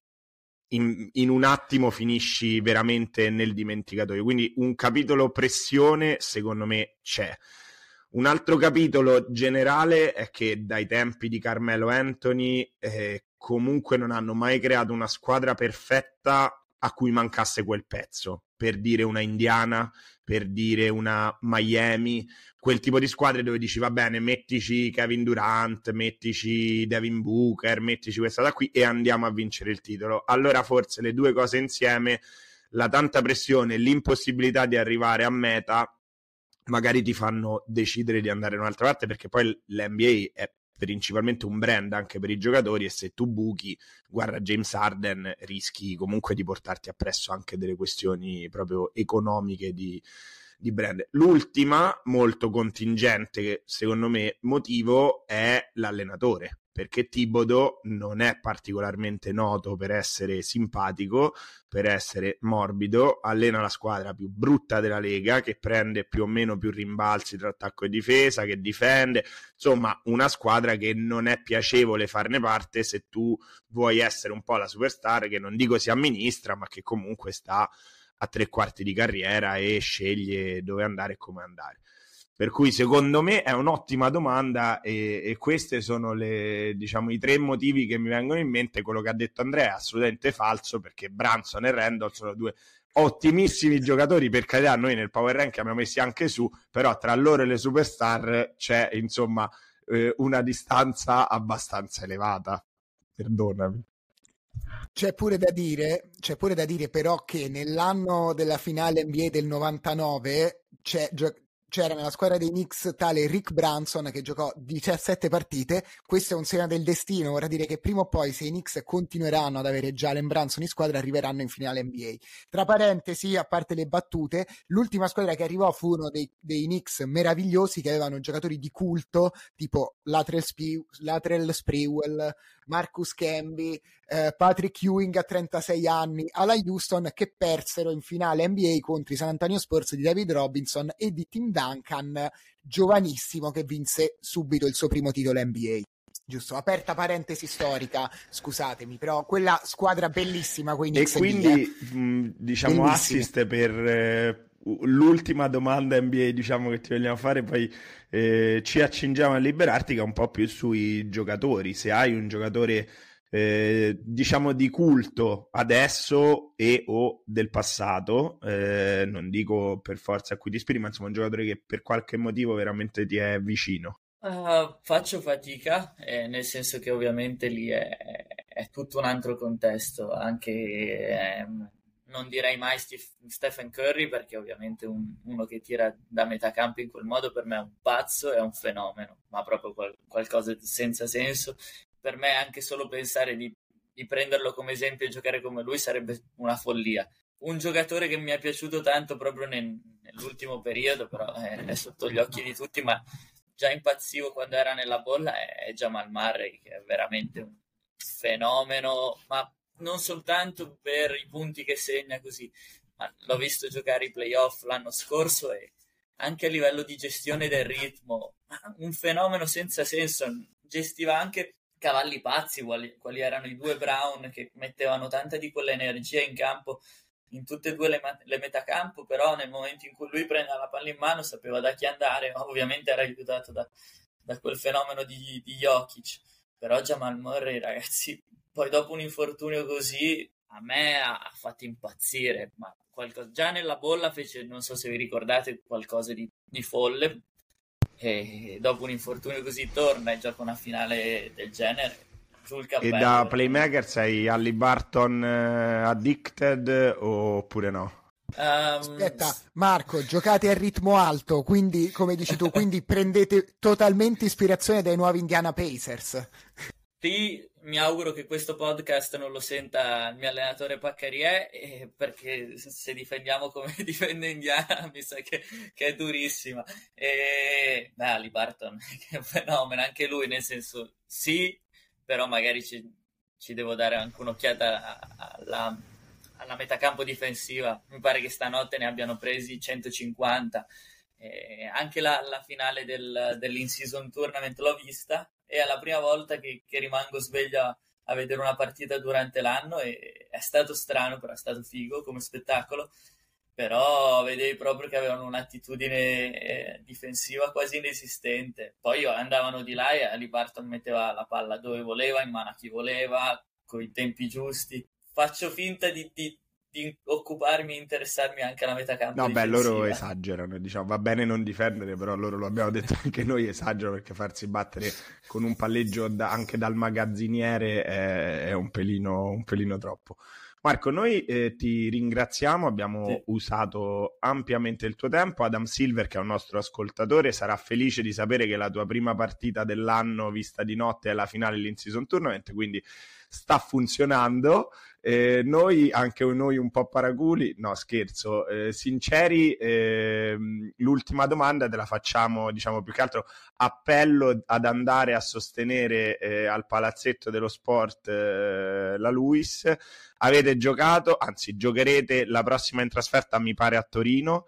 in un attimo finisci veramente nel dimenticatoio, quindi un capitolo pressione secondo me c'è. Un altro capitolo generale è che dai tempi di Carmelo Anthony comunque non hanno mai creato una squadra perfetta a cui mancasse quel pezzo, per dire una Indiana, per dire una Miami, quel tipo di squadre dove dici va bene, mettici Kevin Durant, mettici Devin Booker, mettici questa da qui e andiamo a vincere il titolo. Allora forse le due cose insieme, la tanta pressione e l'impossibilità di arrivare a meta, magari ti fanno decidere di andare da un'altra parte, perché poi l'NBA è principalmente un brand anche per i giocatori e se tu buchi, guarda James Harden, rischi comunque di portarti appresso anche delle questioni proprio economiche di brand. L'ultima, molto contingente, che secondo me motivo, è l'allenatore, perché Thibodeau non è particolarmente noto per essere simpatico, per essere morbido, allena la squadra più brutta della Lega, che prende più o meno più rimbalzi tra attacco e difesa, che difende, insomma una squadra che non è piacevole farne parte se tu vuoi essere un po' la superstar, che non dico si amministra, ma che comunque sta a 3/4 di carriera e sceglie dove andare e come andare. Per cui secondo me è un'ottima domanda e questi sono diciamo, i 3 motivi che mi vengono in mente. Quello che ha detto Andrea è assolutamente falso, perché Brunson e Randall sono 2 ottimissimi giocatori, per carità. Noi nel Power Rank abbiamo messi anche su, però tra loro e le superstar c'è insomma una distanza abbastanza elevata, perdonami. C'è pure da dire però che nell'anno della finale NBA del 99 c'era nella squadra dei Knicks tale Rick Brunson che giocò 17 partite. Questo è un segno del destino, vorrà dire che prima o poi, se i Knicks continueranno ad avere Jalen Brunson in squadra, arriveranno in finale NBA. Tra parentesi, a parte le battute, l'ultima squadra che arrivò fu uno dei Knicks meravigliosi che avevano giocatori di culto tipo Latrell Sprewell, Marcus Camby, Patrick Ewing a 36 anni alla Houston, che persero in finale NBA contro i San Antonio Spurs di David Robinson e di Tim Duncan, giovanissimo, che vinse subito il suo primo titolo NBA. Giusto, aperta parentesi storica, scusatemi, però quella squadra bellissima, quei Knicks. E quindi diciamo bellissimi. Assist per l'ultima domanda NBA, diciamo, che ti vogliamo fare, poi ci accingiamo a liberarti, che è un po' più sui giocatori. Se hai un giocatore diciamo di culto adesso e o del passato, non dico per forza a cui ti ispiri, ma insomma un giocatore che per qualche motivo veramente ti è vicino. Faccio fatica, nel senso che ovviamente lì è tutto un altro contesto, anche non direi mai Stephen Curry, perché ovviamente uno che tira da metà campo in quel modo per me è un pazzo, è un fenomeno, ma proprio qualcosa di senza senso. Per me anche solo pensare di prenderlo come esempio e giocare come lui sarebbe una follia. Un giocatore che mi è piaciuto tanto proprio nell'ultimo periodo, però è sotto gli occhi di tutti, ma già impazzivo quando era nella bolla, è Jamal Murray, che è veramente un fenomeno, ma non soltanto per i punti che segna così, ma l'ho visto giocare i playoff l'anno scorso e anche a livello di gestione del ritmo, un fenomeno senza senso. Gestiva anche cavalli pazzi, quali erano i due Brown, che mettevano tanta di quell'energia in campo in tutte e due le metacampo, però nel momento in cui lui prendeva la palla in mano sapeva da chi andare, ma ovviamente era aiutato da quel fenomeno di Jokic. Però Jamal Murray, ragazzi, poi dopo un infortunio così a me ha fatto impazzire, ma già nella bolla fece, non so se vi ricordate, qualcosa di folle, e dopo un infortunio così torna e gioca una finale del genere, giù il cappello. E da playmaker sei Halliburton addicted oppure no? Aspetta, Marco, giocate a ritmo alto, quindi come dici tu, quindi prendete totalmente ispirazione dai nuovi Indiana Pacers. Sì, mi auguro che questo podcast non lo senta il mio allenatore Paccarie, perché se difendiamo come difende Indiana mi sa che è durissima. Halliburton, che è un fenomeno, anche lui, nel senso sì, però magari ci devo dare anche un'occhiata alla metacampo difensiva. Mi pare che stanotte ne abbiano presi 150. Anche la finale dell'in-season tournament l'ho vista, e è la prima volta che rimango sveglio a vedere una partita durante l'anno, e è stato strano, però è stato figo come spettacolo. Però vedevi proprio che avevano un'attitudine difensiva quasi inesistente. Poi andavano di là e Halliburton metteva la palla dove voleva, in mano a chi voleva, con i tempi giusti. Faccio finta di occuparmi e interessarmi anche alla metacampo difensiva. Loro esagerano, diciamo, va bene non difendere, però loro, lo abbiamo detto anche noi, esagerano, perché farsi battere con un palleggio anche dal magazziniere è un pelino troppo. Marco, noi ti ringraziamo, abbiamo usato ampiamente il tuo tempo. Adam Silver, che è un nostro ascoltatore, sarà felice di sapere che la tua prima partita dell'anno vista di notte è la finale dell'in-season tournament, quindi sta funzionando. Anche noi un po' paraculi, no scherzo, sinceri, l'ultima domanda te la facciamo, diciamo, più che altro appello ad andare a sostenere al Palazzetto dello Sport la Luis. Avete giocato, anzi giocherete la prossima in trasferta, mi pare a Torino,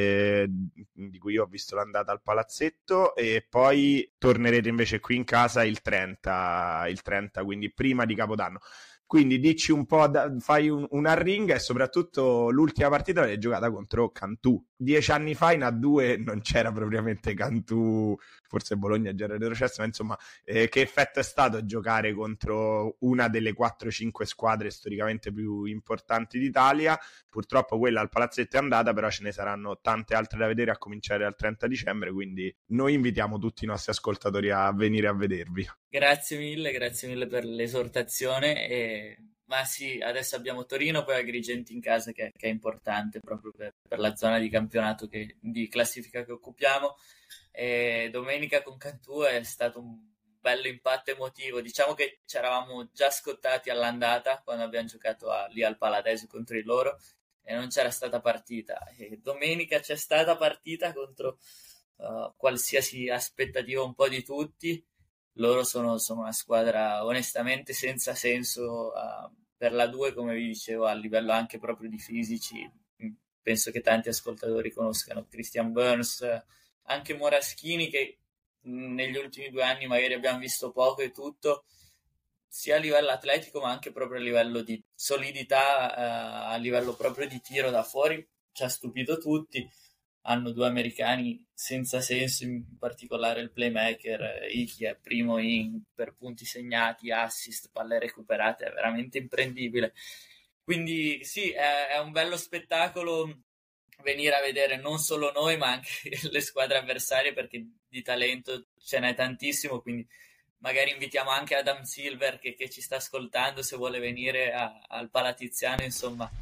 di cui io ho visto l'andata al Palazzetto, e poi tornerete invece qui in casa il 30, quindi prima di Capodanno. Quindi dici un po', fai una ringa, e soprattutto l'ultima partita l'hai giocata contro Cantù. 10 anni fa in A2 non c'era propriamente Cantù, forse Bologna già era retrocesso, ma insomma, che effetto è stato giocare contro una delle 4-5 squadre storicamente più importanti d'Italia? Purtroppo quella al Palazzetto è andata, però ce ne saranno tante altre da vedere, a cominciare dal 30 dicembre, quindi noi invitiamo tutti i nostri ascoltatori a venire a vedervi. Grazie mille per l'esortazione. Ma sì, adesso abbiamo Torino, poi Agrigento in casa, che è importante proprio per la zona di campionato di classifica che occupiamo. E domenica con Cantù è stato un bello impatto emotivo. Diciamo che ci eravamo già scottati all'andata quando abbiamo giocato lì al Paladese contro di loro, e non c'era stata partita. E domenica c'è stata partita contro qualsiasi aspettativa un po' di tutti. Loro sono una squadra onestamente senza senso, per la 2, come vi dicevo, a livello anche proprio di fisici. Penso che tanti ascoltatori conoscano Christian Burns, anche Moraschini, che negli ultimi 2 anni magari abbiamo visto poco e tutto, sia a livello atletico ma anche proprio a livello di solidità, a livello proprio di tiro da fuori, ci ha stupito tutti. Hanno 2 americani senza senso, in particolare il playmaker Iki è primo per punti segnati, assist, palle recuperate, è veramente imprendibile. Quindi sì, è un bello spettacolo venire a vedere non solo noi ma anche le squadre avversarie, perché di talento ce n'è tantissimo, quindi magari invitiamo anche Adam Silver che ci sta ascoltando, se vuole venire al Palatiziano, insomma.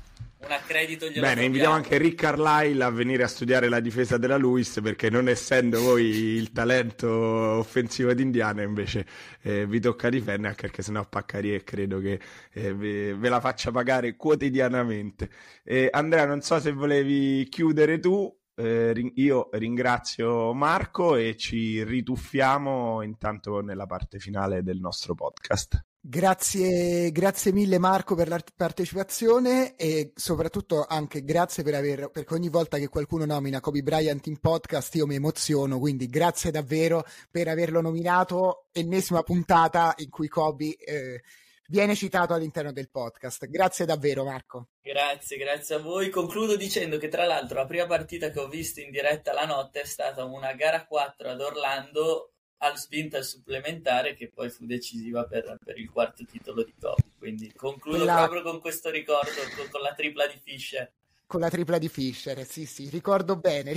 un accredito glielo Bene, invitiamo anche Rick Carlisle a venire a studiare la difesa della Lewis, perché non essendo voi il talento offensivo di Indiana, invece vi tocca difendere, anche perché sennò Paccarie credo che ve la faccia pagare quotidianamente. Andrea, non so se volevi chiudere tu. Io ringrazio Marco e ci rituffiamo intanto nella parte finale del nostro podcast. Grazie mille Marco per la partecipazione e soprattutto anche grazie perché ogni volta che qualcuno nomina Kobe Bryant in podcast io mi emoziono, quindi grazie davvero per averlo nominato, ennesima puntata in cui Kobe viene citato all'interno del podcast. Grazie davvero Marco. Grazie a voi. Concludo dicendo che tra l'altro la prima partita che ho visto in diretta la notte è stata una gara 4 ad Orlando al spinta supplementare, che poi fu decisiva per il quarto titolo di Kobe. Quindi concludo proprio con questo ricordo, con la tripla di Fisher. Con la tripla di Fisher, sì, ricordo bene.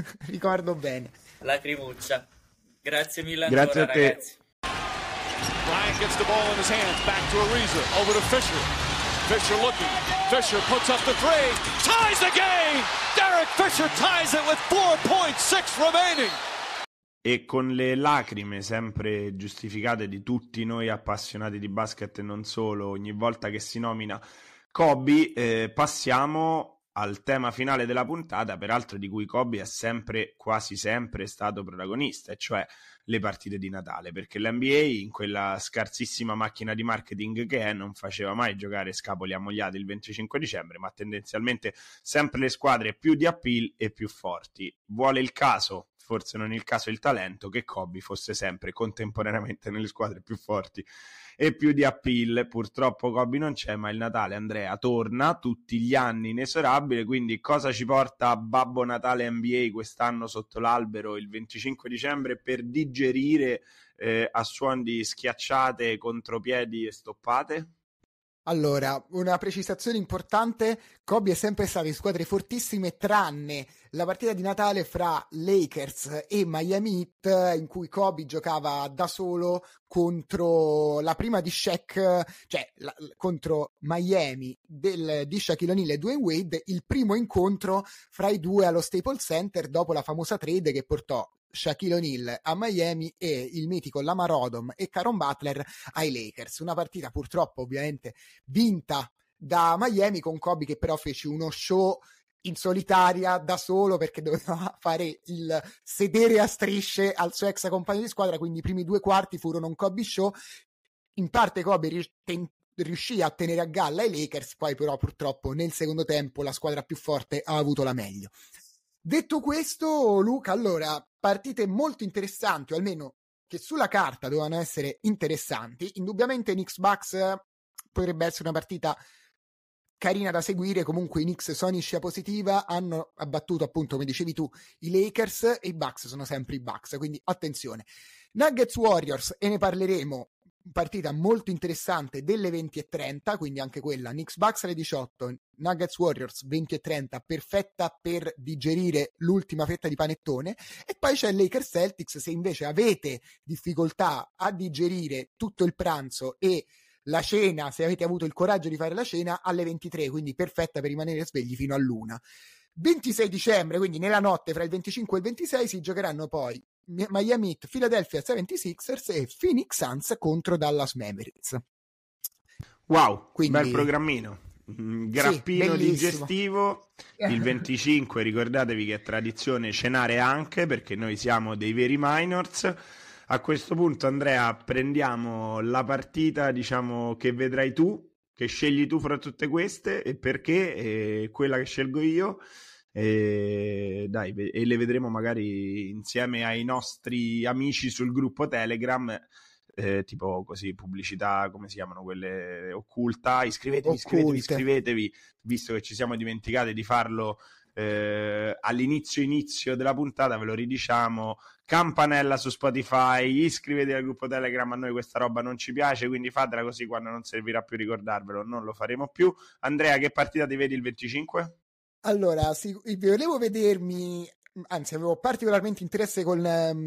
Lacrimuccia. Grazie mille ancora, grazie a te. Ragazzi. Bryant gets the ball in his hands, back to Ariza, over to Fisher. Fisher looking, Fisher puts up the three, ties the game! Derek Fisher ties it with 4.6 remaining. E con le lacrime sempre giustificate di tutti noi appassionati di basket e non solo, ogni volta che si nomina Kobe, passiamo al tema finale della puntata, peraltro di cui Kobe è sempre, quasi sempre stato protagonista, e cioè le partite di Natale, perché l'NBA in quella scarsissima macchina di marketing che è non faceva mai giocare scapoli ammogliati il 25 dicembre, ma tendenzialmente sempre le squadre più di appeal e più forti. Vuole il caso, forse non il caso, il talento, che Kobe fosse sempre contemporaneamente nelle squadre più forti e più di appeal. Purtroppo Kobe non c'è, ma il Natale, Andrea, torna tutti gli anni inesorabile, quindi cosa ci porta Babbo Natale NBA quest'anno sotto l'albero il 25 dicembre per digerire a suon di schiacciate, contropiedi e stoppate? Allora, una precisazione importante: Kobe è sempre stato in squadre fortissime tranne la partita di Natale fra Lakers e Miami Heat, in cui Kobe giocava da solo contro la prima di Shaq, cioè contro Miami di Shaquille O'Neal e Dwayne Wade, il primo incontro fra i due allo Staples Center dopo la famosa trade che portò Shaquille O'Neal a Miami e il mitico Lamar Odom e Caron Butler ai Lakers. Una partita purtroppo ovviamente vinta da Miami, con Kobe che però fece uno show in solitaria da solo perché doveva fare il sedere a strisce al suo ex compagno di squadra, quindi i primi 2 quarti furono un Kobe show. In parte Kobe riuscì a tenere a galla i Lakers, poi però purtroppo nel secondo tempo la squadra più forte ha avuto la meglio. Detto questo, Luca, allora, partite molto interessanti, o almeno che sulla carta dovevano essere interessanti. Indubbiamente Knicks-Bucks potrebbe essere una partita carina da seguire. Comunque i Knicks sono in scia positiva, hanno abbattuto appunto, come dicevi tu, i Lakers, e i Bucks sono sempre i Bucks, quindi attenzione. Nuggets-Warriors, e ne parleremo, partita molto interessante delle 20:30, quindi anche quella. Knicks-Bucks alle 18, Nuggets-Warriors 20:30, perfetta per digerire l'ultima fetta di panettone. E poi c'è Lakers-Celtics, se invece avete difficoltà a digerire tutto il pranzo e la cena, se avete avuto il coraggio di fare la cena, alle 23, quindi perfetta per rimanere svegli fino all'1. 26 dicembre, quindi nella notte fra il 25 e il 26, si giocheranno poi Miami Heat, Philadelphia 76ers e Phoenix Suns contro Dallas Mavericks. Wow, quindi bel programmino, grappino sì, digestivo. Il 25 ricordatevi che è tradizione cenare anche, perché noi siamo dei veri minors. A questo punto, Andrea, prendiamo la partita, diciamo, che vedrai tu, che scegli tu fra tutte queste, e perché, e quella che scelgo io, e le vedremo magari insieme ai nostri amici sul gruppo Telegram, tipo così, pubblicità, come si chiamano quelle, occulta. Iscrivetevi, visto che ci siamo dimenticati di farlo all'inizio della puntata, ve lo ridiciamo: campanella su Spotify, iscrivetevi al gruppo Telegram. A noi questa roba non ci piace, quindi fatela, così quando non servirà più ricordarvelo non lo faremo più. Andrea, che partita ti vedi il 25? Allora, volevo vedermi anzi avevo particolarmente interesse per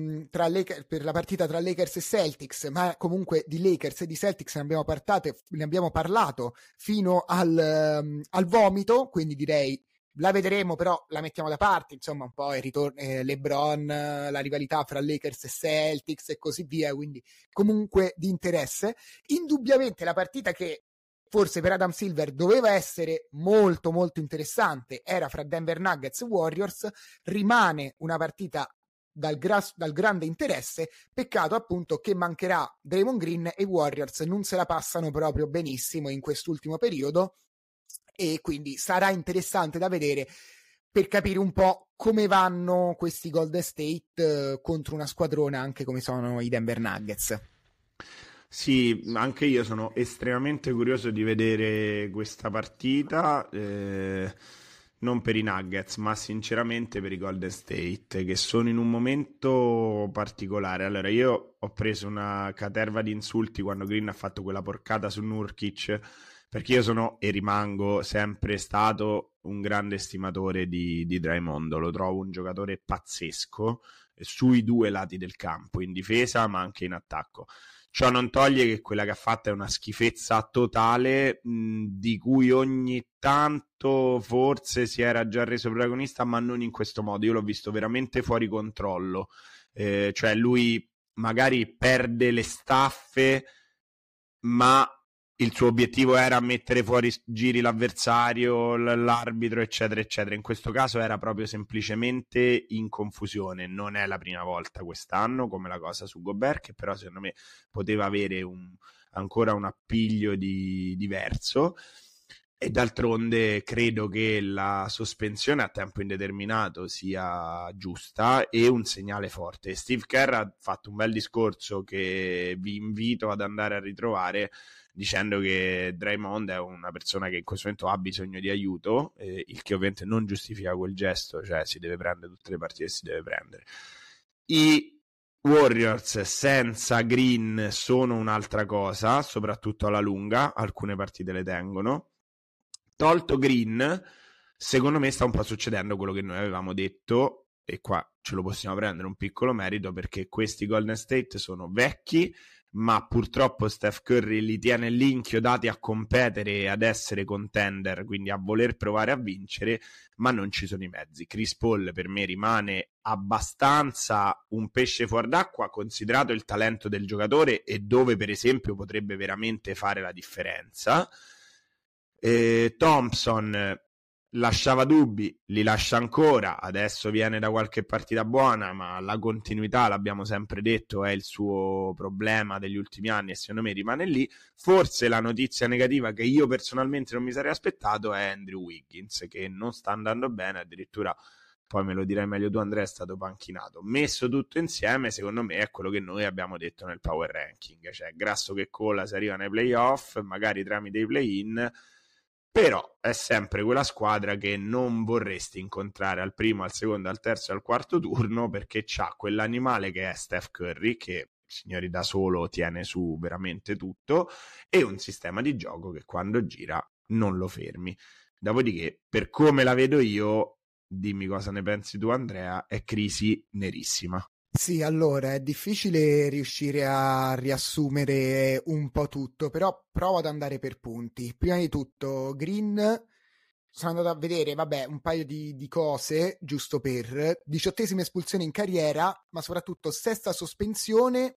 la partita tra Lakers e Celtics, ma comunque di Lakers e di Celtics ne abbiamo parlato fino al vomito, quindi direi la vedremo, però la mettiamo da parte, insomma un po' il ritorno LeBron, la rivalità fra Lakers e Celtics e così via, quindi comunque di interesse. Indubbiamente la partita che forse per Adam Silver doveva essere molto molto interessante era fra Denver Nuggets e Warriors, rimane una partita dal grande interesse, peccato appunto che mancherà Draymond Green e i Warriors non se la passano proprio benissimo in quest'ultimo periodo, e quindi sarà interessante da vedere per capire un po' come vanno questi Golden State contro una squadrona anche come sono i Denver Nuggets. Sì, anche io sono estremamente curioso di vedere questa partita, non per i Nuggets, ma sinceramente per i Golden State, che sono in un momento particolare. Allora, io ho preso una caterva di insulti quando Green ha fatto quella porcata su Nurkic, perché io sono e rimango sempre stato un grande stimatore di Draymond, lo trovo un giocatore pazzesco sui due lati del campo, in difesa ma anche in attacco. Ciò non toglie che quella che ha fatto è una schifezza totale, di cui ogni tanto forse si era già reso protagonista, ma non in questo modo. Io l'ho visto veramente fuori controllo, cioè lui magari perde le staffe, ma il suo obiettivo era mettere fuori giri l'avversario, l'arbitro, eccetera, eccetera. In questo caso era proprio semplicemente in confusione. Non è la prima volta quest'anno, come la cosa su Gobert, che però secondo me poteva avere ancora un appiglio diverso. E d'altronde credo che la sospensione a tempo indeterminato sia giusta e un segnale forte. Steve Kerr ha fatto un bel discorso che vi invito ad andare a ritrovare, dicendo che Draymond è una persona che in questo momento ha bisogno di aiuto, il che ovviamente non giustifica quel gesto, cioè si deve prendere tutte le partite che si deve prendere. I Warriors senza Green sono un'altra cosa, soprattutto alla lunga, alcune partite le tengono. Tolto Green, secondo me sta un po' succedendo quello che noi avevamo detto, e qua ce lo possiamo prendere un piccolo merito, perché questi Golden State sono vecchi, ma purtroppo Steph Curry li tiene lì inchiodati a competere e ad essere contender, quindi a voler provare a vincere, ma non ci sono i mezzi. Chris Paul per me rimane abbastanza un pesce fuor d'acqua, considerato il talento del giocatore e dove per esempio potrebbe veramente fare la differenza. Thompson lasciava dubbi, li lascia ancora, adesso viene da qualche partita buona, ma la continuità, l'abbiamo sempre detto, è il suo problema degli ultimi anni e secondo me rimane lì. Forse la notizia negativa che io personalmente non mi sarei aspettato è Andrew Wiggins, che non sta andando bene, addirittura, poi me lo dirai meglio tu Andrea, è stato panchinato. Messo tutto insieme, secondo me è quello che noi abbiamo detto nel power ranking, cioè grasso che cola si arriva nei playoff, magari tramite i play-in, però è sempre quella squadra che non vorresti incontrare al primo, al secondo, al terzo e al quarto turno, perché c'ha quell'animale che è Steph Curry, che signori da solo tiene su veramente tutto, e un sistema di gioco che quando gira non lo fermi. Dopodiché, per come la vedo io, dimmi cosa ne pensi tu Andrea, è crisi nerissima. Sì, allora è difficile riuscire a riassumere un po' tutto, però provo ad andare per punti. Prima di tutto, Green, sono andato a vedere, vabbè, un paio di cose, giusto per 18ª espulsione in carriera, ma soprattutto 6ª sospensione,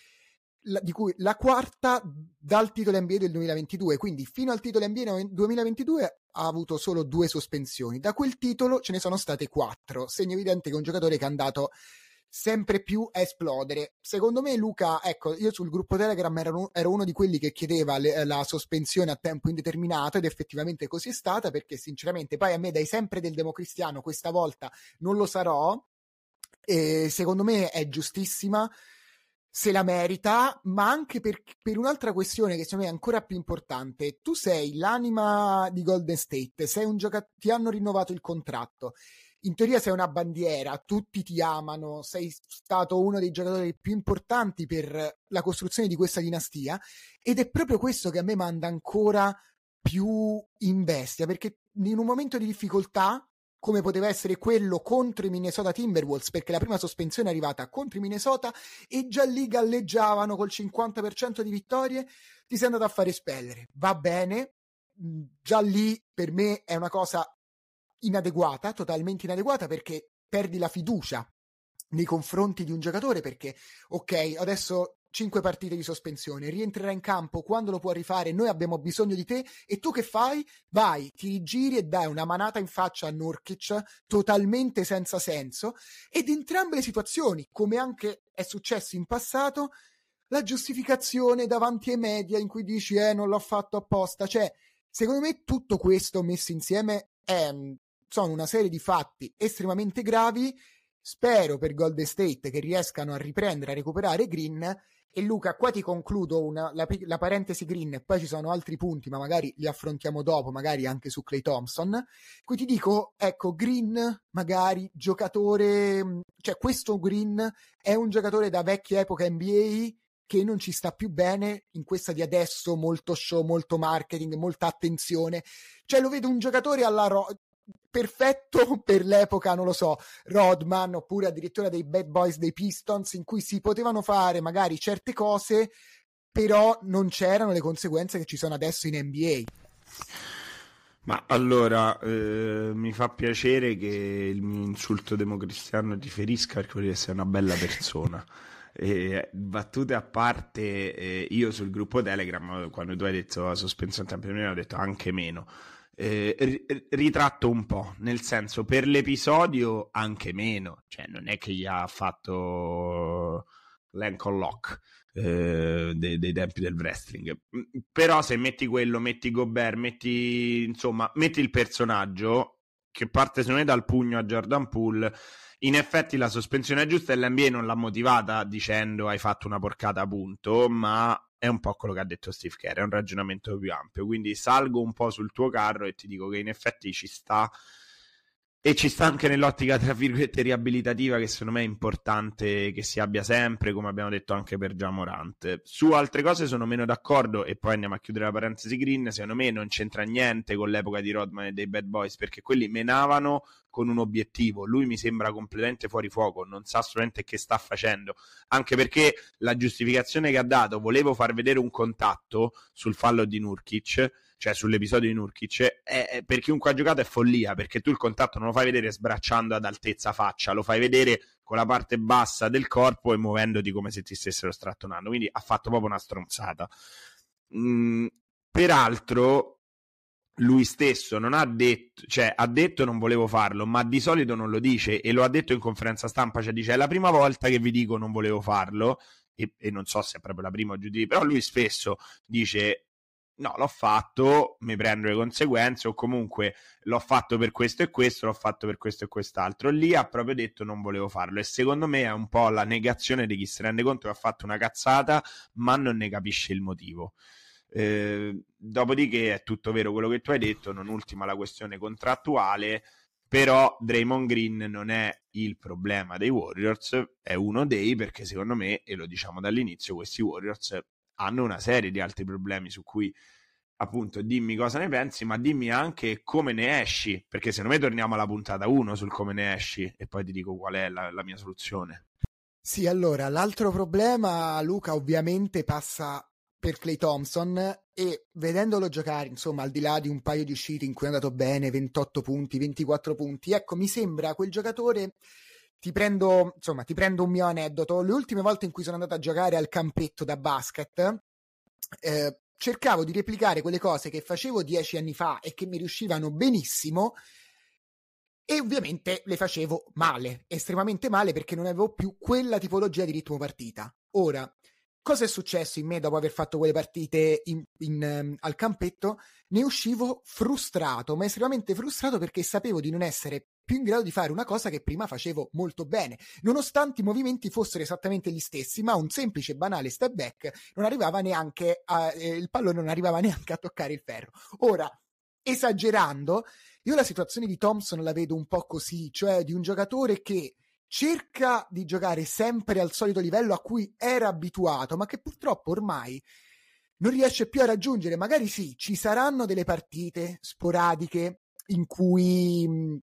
di cui la 4ª dal titolo NBA del 2022, quindi fino al titolo NBA 2022 ha avuto solo 2 sospensioni. Da quel titolo ce ne sono state 4, segno evidente che è un giocatore che è andato sempre più a esplodere. Secondo me Luca, ecco, io sul gruppo Telegram ero uno di quelli che chiedeva la sospensione a tempo indeterminato ed effettivamente così è stata, perché sinceramente poi a me dai sempre del democristiano, questa volta non lo sarò, e secondo me è giustissima, se la merita, ma anche per un'altra questione che secondo me è ancora più importante. Tu sei l'anima di Golden State, sei un ti hanno rinnovato il contratto, in teoria sei una bandiera, tutti ti amano, sei stato uno dei giocatori più importanti per la costruzione di questa dinastia, ed è proprio questo che a me manda ancora più in bestia, perché in un momento di difficoltà come poteva essere quello contro i Minnesota Timberwolves, perché la prima sospensione è arrivata contro i Minnesota e già lì galleggiavano col 50% di vittorie, ti sei andato a fare espellere. Va bene, già lì per me è una cosa inadeguata, totalmente inadeguata, perché perdi la fiducia nei confronti di un giocatore, perché ok, adesso 5 partite di sospensione, rientrerà in campo quando lo può rifare, noi abbiamo bisogno di te, e tu che fai? Vai, ti rigiri e dai una manata in faccia a Nurkic totalmente senza senso. Ed entrambe le situazioni, come anche è successo in passato, la giustificazione davanti ai media in cui dici non l'ho fatto apposta. Cioè, secondo me tutto questo messo insieme sono una serie di fatti estremamente gravi. Spero per Golden State che riescano a riprendere, a recuperare Green. E Luca, qua ti concludo la parentesi Green, poi ci sono altri punti, ma magari li affrontiamo dopo, magari anche su Klay Thompson. Qui ti dico, ecco, Green, magari giocatore, cioè questo Green è un giocatore da vecchia epoca NBA che non ci sta più bene in questa di adesso, molto show, molto marketing, molta attenzione. Cioè lo vedo un giocatore perfetto per l'epoca, non lo so, Rodman, oppure addirittura dei Bad Boys dei Pistons, in cui si potevano fare magari certe cose, però non c'erano le conseguenze che ci sono adesso in NBA. Ma allora, mi fa piacere che il mio insulto democristiano ti ferisca, perché vuol dire che sei una bella persona. Battute a parte, io sul gruppo Telegram, quando tu hai detto la sospensione temporanea, ho detto anche meno. Ritratto un po', nel senso, per l'episodio anche meno, cioè non è che gli ha fatto l'ankle lock dei tempi del wrestling, però se metti quello, metti Gobert, metti il personaggio che parte secondo me dal pugno a Jordan Poole, in effetti la sospensione è giusta e l'NBA non l'ha motivata dicendo hai fatto una porcata, punto, ma è un po' quello che ha detto Steve Kerr, è un ragionamento più ampio, quindi salgo un po' sul tuo carro e ti dico che in effetti ci sta, e ci sta anche nell'ottica tra virgolette riabilitativa, che secondo me è importante che si abbia sempre, come abbiamo detto anche per Ja Morant. Su altre cose sono meno d'accordo, e poi andiamo a chiudere la parentesi Green. Secondo me non c'entra niente con l'epoca di Rodman e dei Bad Boys, perché quelli menavano con un obiettivo. Lui mi sembra completamente fuori fuoco, non sa assolutamente che sta facendo, anche perché la giustificazione che ha dato, volevo far vedere un contatto sul fallo di Nurkic, cioè sull'episodio di Nurkic, per chiunque ha giocato è follia, perché tu il contatto non lo fai vedere sbracciando ad altezza faccia, lo fai vedere con la parte bassa del corpo e muovendoti come se ti stessero strattonando, quindi ha fatto proprio una stronzata. Peraltro lui stesso non ha detto, cioè ha detto non volevo farlo, ma di solito non lo dice, e lo ha detto in conferenza stampa, cioè dice è la prima volta che vi dico non volevo farlo, e non so se è proprio la prima o giudizio, però lui spesso dice no, l'ho fatto, mi prendo le conseguenze, o comunque l'ho fatto per questo e questo, l'ho fatto per questo e quest'altro. Lì ha proprio detto non volevo farlo, e secondo me è un po' la negazione di chi si rende conto che ha fatto una cazzata ma non ne capisce il motivo. Dopodiché è tutto vero quello che tu hai detto, non ultima la questione contrattuale, però Draymond Green non è il problema dei Warriors, è uno dei, perché secondo me, e lo diciamo dall'inizio, questi Warriors hanno una serie di altri problemi su cui appunto dimmi cosa ne pensi, ma dimmi anche come ne esci, perché secondo me torniamo alla puntata 1 sul come ne esci e poi ti dico qual è la mia soluzione. Sì, allora, l'altro problema, Luca, ovviamente passa per Klay Thompson, e vedendolo giocare, insomma, al di là di un paio di uscite in cui è andato bene, 28 punti, 24 punti, ecco, mi sembra quel giocatore. Ti prendo un mio aneddoto. Le ultime volte in cui sono andato a giocare al campetto da basket, cercavo di replicare quelle cose che facevo 10 anni fa e che mi riuscivano benissimo, e ovviamente le facevo male, estremamente male, perché non avevo più quella tipologia di ritmo partita. Ora, cosa è successo in me dopo aver fatto quelle partite al campetto? Ne uscivo frustrato, ma estremamente frustrato, perché sapevo di non essere più in grado di fare una cosa che prima facevo molto bene, nonostante i movimenti fossero esattamente gli stessi, ma un semplice banale step back non arrivava neanche il pallone non arrivava neanche a toccare il ferro. Ora, esagerando, io la situazione di Thompson la vedo un po' così, cioè di un giocatore che cerca di giocare sempre al solito livello a cui era abituato, ma che purtroppo ormai non riesce più a raggiungere. Magari sì, ci saranno delle partite sporadiche in cui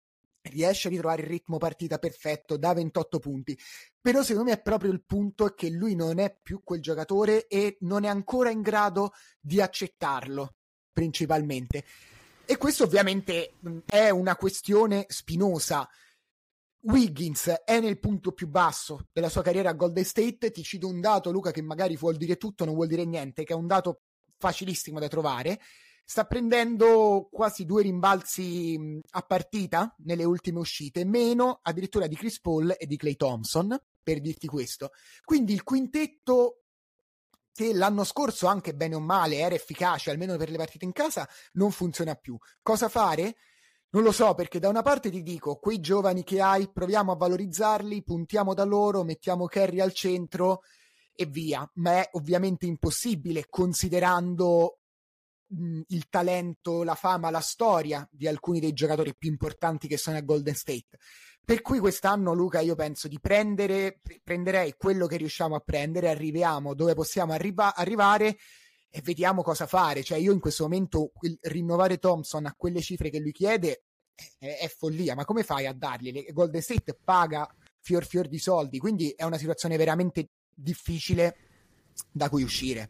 riesce a ritrovare il ritmo partita perfetto da 28 punti, però secondo me è proprio il punto che lui non è più quel giocatore e non è ancora in grado di accettarlo, principalmente. E questo ovviamente è una questione spinosa. Wiggins è nel punto più basso della sua carriera a Golden State. Ti cito un dato, Luca, che magari vuol dire tutto, non vuol dire niente, che è un dato facilissimo da trovare. Sta prendendo quasi 2 rimbalzi a partita nelle ultime uscite, meno addirittura di Chris Paul e di Klay Thompson, per dirti questo. Quindi il quintetto che l'anno scorso, anche bene o male, era efficace, almeno per le partite in casa, non funziona più. Cosa fare? Non lo so, perché da una parte ti dico, quei giovani che hai, proviamo a valorizzarli, puntiamo da loro, mettiamo Curry al centro e via. Ma è ovviamente impossibile, considerando il talento, la fama, la storia di alcuni dei giocatori più importanti che sono a Golden State. Per cui quest'anno, Luca, io penso di prenderei quello che riusciamo a prendere, arriviamo dove possiamo arrivare e vediamo cosa fare. Cioè, io in questo momento rinnovare Thompson a quelle cifre che lui chiede è follia, ma come fai a dargliele? Golden State paga fior di soldi, quindi è una situazione veramente difficile da cui uscire.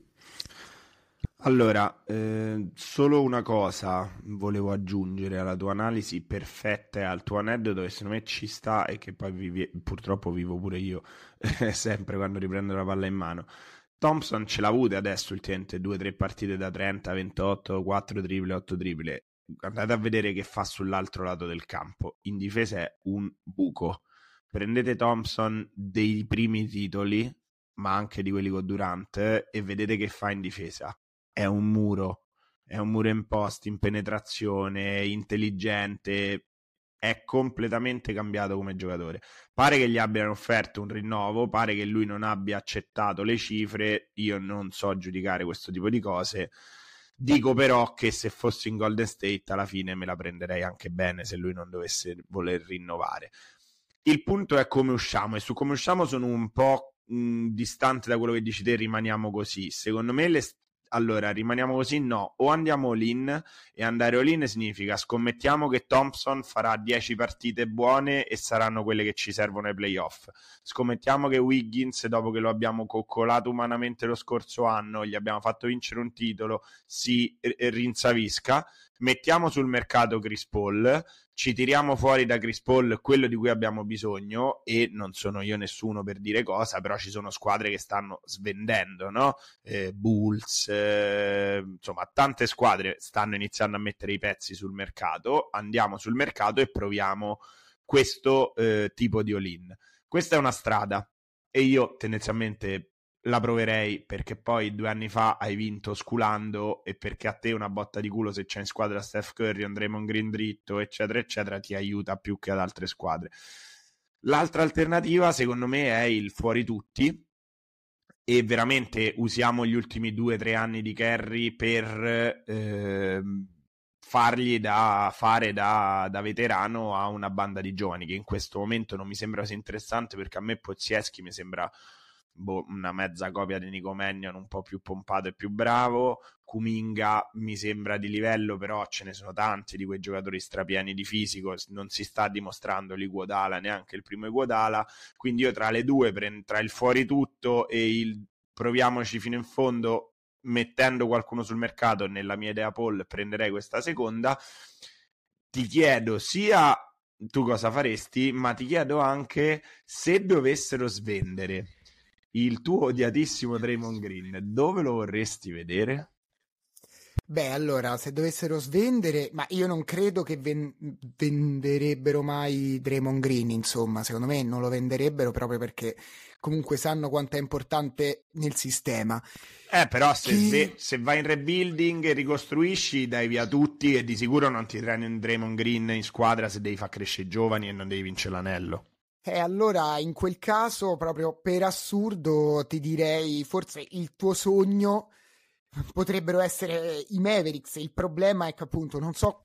Allora, solo una cosa volevo aggiungere alla tua analisi perfetta e al tuo aneddoto che secondo me ci sta e che poi purtroppo vivo pure io sempre quando riprendo la palla in mano. Thompson ce l'ha avute adesso ultimamente 2-3 partite da 30, 28, 4 triple, 8 triple. Andate a vedere che fa sull'altro lato del campo. In difesa è un buco. Prendete Thompson dei primi titoli, ma anche di quelli con Durant, e vedete che fa in difesa. È un muro in post, in penetrazione, intelligente, è completamente cambiato come giocatore. Pare che gli abbiano offerto un rinnovo, pare che lui non abbia accettato le cifre, io non so giudicare questo tipo di cose, dico però che se fossi in Golden State alla fine me la prenderei anche bene se lui non dovesse voler rinnovare. Il punto è come usciamo, e su come usciamo sono un po' distante da quello che dici te, rimaniamo così. Secondo me allora, rimaniamo così? No, o andiamo all-in, e andare all-in significa scommettiamo che Thompson farà 10 partite buone e saranno quelle che ci servono ai playoff. Scommettiamo che Wiggins, dopo che lo abbiamo coccolato umanamente lo scorso anno, gli abbiamo fatto vincere un titolo, si rinsavisca. Mettiamo sul mercato Chris Paul, ci tiriamo fuori da Chris Paul quello di cui abbiamo bisogno, e non sono io nessuno per dire cosa, però ci sono squadre che stanno svendendo, no? Bulls, insomma tante squadre stanno iniziando a mettere i pezzi sul mercato. Andiamo sul mercato e proviamo questo tipo di all-in. Questa è una strada e io tendenzialmente la proverei, perché poi 2 anni fa hai vinto sculando, e perché a te una botta di culo, se c'è in squadra Steph Curry, un Draymond Green dritto, eccetera eccetera, ti aiuta più che ad altre squadre. L'altra alternativa secondo me è il fuori tutti, e veramente usiamo gli ultimi 2-3 anni di Curry per fargli fare da veterano a una banda di giovani, che in questo momento non mi sembra così interessante, perché a me Podziemski mi sembra una mezza copia di Nico Mannion, un po' più pompato e più bravo. Kuminga mi sembra di livello, però ce ne sono tanti di quei giocatori strapieni di fisico, non si sta dimostrando l'Iguodala, neanche il primo Iguodala, quindi io tra le due, tra il fuori tutto e il proviamoci fino in fondo mettendo qualcuno sul mercato, nella mia idea Paul, prenderei questa seconda. Ti chiedo sia tu cosa faresti, ma ti chiedo anche se dovessero svendere il tuo odiatissimo Draymond Green, dove lo vorresti vedere? Beh, allora, se dovessero svendere, ma io non credo che venderebbero mai Draymond Green, insomma, secondo me non lo venderebbero proprio perché comunque sanno quanto è importante nel sistema. Però se vai in rebuilding e ricostruisci, dai via tutti, e di sicuro non ti tirerai un Draymond Green in squadra se devi far crescere i giovani e non devi vincere l'anello. Allora, in quel caso, proprio per assurdo, ti direi forse il tuo sogno potrebbero essere i Mavericks. Il problema è che appunto non so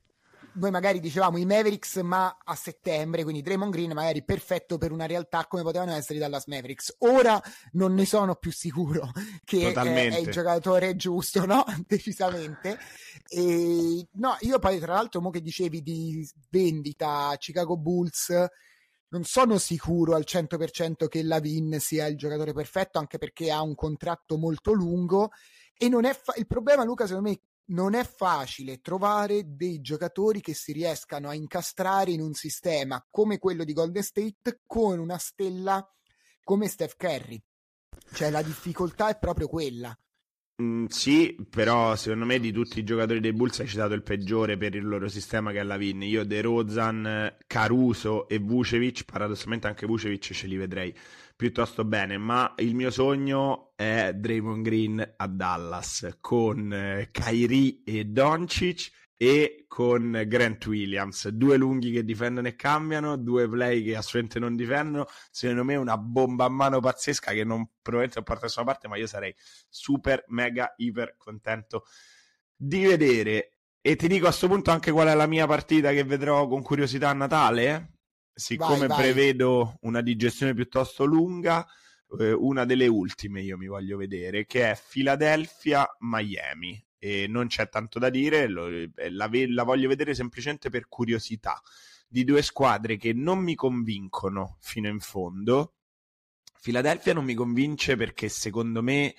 noi magari dicevamo i Mavericks ma a settembre, quindi Draymond Green magari perfetto per una realtà come potevano essere i Dallas Mavericks. Ora non ne sono più sicuro che è il giocatore giusto, no? Decisamente. E no, io poi tra l'altro mo che dicevi di vendita Chicago Bulls, non sono sicuro al 100% che Lavin sia il giocatore perfetto, anche perché ha un contratto molto lungo e non è il problema, Luca, secondo me non è facile trovare dei giocatori che si riescano a incastrare in un sistema come quello di Golden State con una stella come Steph Curry. Cioè la difficoltà è proprio quella. Sì, però secondo me di tutti i giocatori dei Bulls hai citato il peggiore per il loro sistema, che è Lavin. Io DeRozan, Caruso e Vucevic, paradossalmente anche Vucevic ce li vedrei piuttosto bene, ma il mio sogno è Draymond Green a Dallas con Kyrie e Doncic e con Grant Williams, due lunghi che difendono e cambiano, due play che assolutamente non difendono. Secondo me è una bomba a mano pazzesca che non probabilmente non porta da nessuna parte, ma io sarei super mega iper contento di vedere. E ti dico a sto punto anche qual è la mia partita che vedrò con curiosità a Natale, siccome vai. Prevedo una digestione piuttosto lunga, una delle ultime io mi voglio vedere, che è Philadelphia-Miami. E non c'è tanto da dire, la voglio vedere semplicemente per curiosità, di due squadre che non mi convincono fino in fondo. Philadelphia non mi convince perché secondo me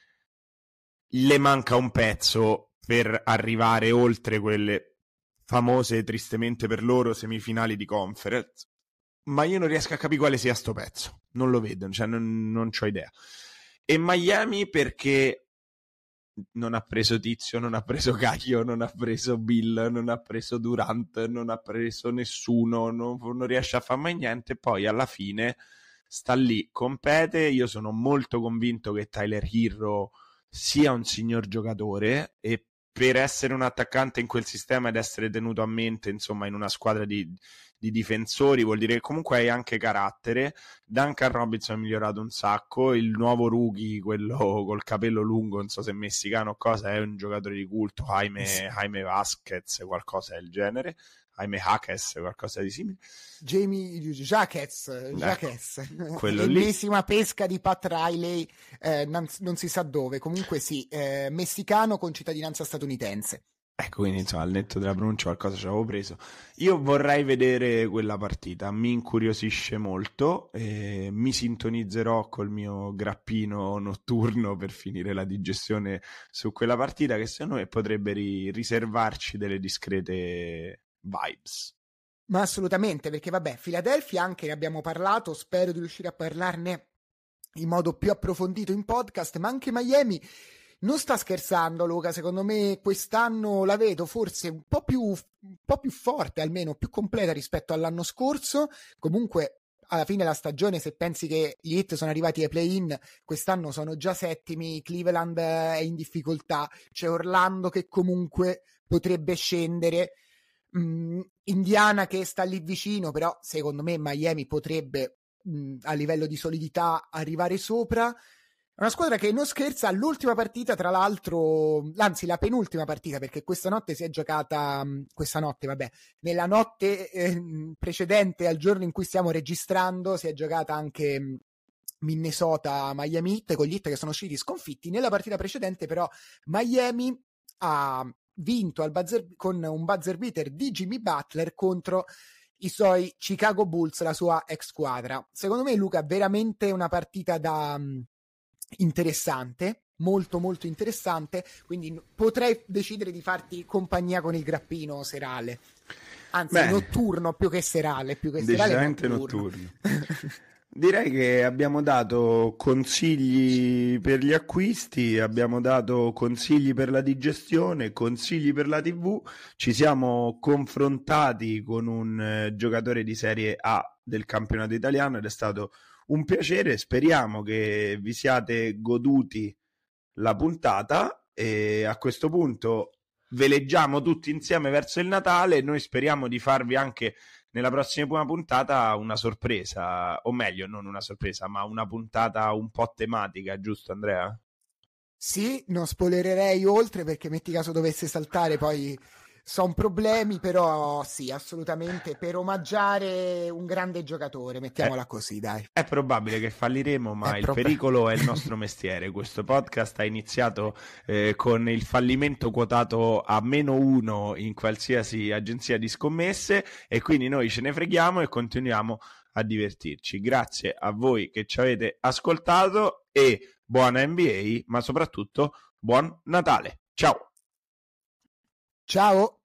le manca un pezzo per arrivare oltre quelle famose, tristemente per loro, semifinali di conference, ma io non riesco a capire quale sia sto pezzo, non lo vedo, cioè non c'ho idea. E Miami perché non ha preso Tizio, non ha preso Caglio, non ha preso Bill, non ha preso Durant, non ha preso nessuno, non riesce a fare mai niente, poi alla fine sta lì, compete. Io sono molto convinto che Tyler Herro sia un signor giocatore e per essere un attaccante in quel sistema ed essere tenuto a mente, insomma, in una squadra di difensori, vuol dire che comunque hai anche carattere. Duncan Robinson è migliorato un sacco, il nuovo rookie, quello col capello lungo, non so se è messicano o cosa, è un giocatore di culto, Jaime Vasquez, qualcosa del genere, Jaime Jaquez, qualcosa di simile. Jamie Jaquez, quello l'ennesima pesca di Pat Riley, non si sa dove, comunque sì, messicano con cittadinanza statunitense. Ecco, quindi insomma, al netto della pronuncia qualcosa ci avevo preso. Io vorrei vedere quella partita, mi incuriosisce molto, mi sintonizzerò col mio grappino notturno per finire la digestione su quella partita che secondo me potrebbe riservarci delle discrete vibes. Ma assolutamente, perché vabbè, Philadelphia anche ne abbiamo parlato, spero di riuscire a parlarne in modo più approfondito in podcast, ma anche Miami non sta scherzando, Luca. Secondo me quest'anno la vedo forse un po' più forte, almeno più completa rispetto all'anno scorso. Comunque alla fine della stagione, se pensi che gli Heat sono arrivati ai play-in, quest'anno sono già settimi, Cleveland è in difficoltà, c'è Orlando che comunque potrebbe scendere, Indiana che sta lì vicino, però secondo me Miami potrebbe a livello di solidità arrivare sopra. È una squadra che non scherza. L'ultima partita, tra l'altro, anzi la penultima partita, perché questa notte si è giocata, nella notte precedente al giorno in cui stiamo registrando si è giocata anche Minnesota-Miami Heat, con gli Heat che sono usciti sconfitti. Nella partita precedente però Miami ha vinto con un buzzer beater di Jimmy Butler contro i suoi Chicago Bulls, la sua ex squadra. Secondo me, Luca, veramente una partita da interessante, molto molto interessante, quindi potrei decidere di farti compagnia con il grappino serale, anzi notturno più che serale, decisamente notturno. Direi che abbiamo dato consigli per gli acquisti, abbiamo dato consigli per la digestione, consigli per la TV, ci siamo confrontati con un giocatore di Serie A del campionato italiano ed è stato un piacere. Speriamo che vi siate goduti la puntata e a questo punto veleggiamo tutti insieme verso il Natale. Noi speriamo di farvi anche nella prossima puntata una sorpresa, o meglio non una sorpresa ma una puntata un po' tematica, giusto Andrea? Sì, non spoilererei oltre, perché metti caso dovesse saltare poi Sono problemi, però sì, assolutamente, per omaggiare un grande giocatore, mettiamola così, dai. È probabile che falliremo, ma il pericolo è il nostro mestiere. Questo podcast ha iniziato con il fallimento quotato a -1 in qualsiasi agenzia di scommesse, e quindi noi ce ne freghiamo e continuiamo a divertirci. Grazie a voi che ci avete ascoltato e buona NBA, ma soprattutto buon Natale. Ciao! Ciao!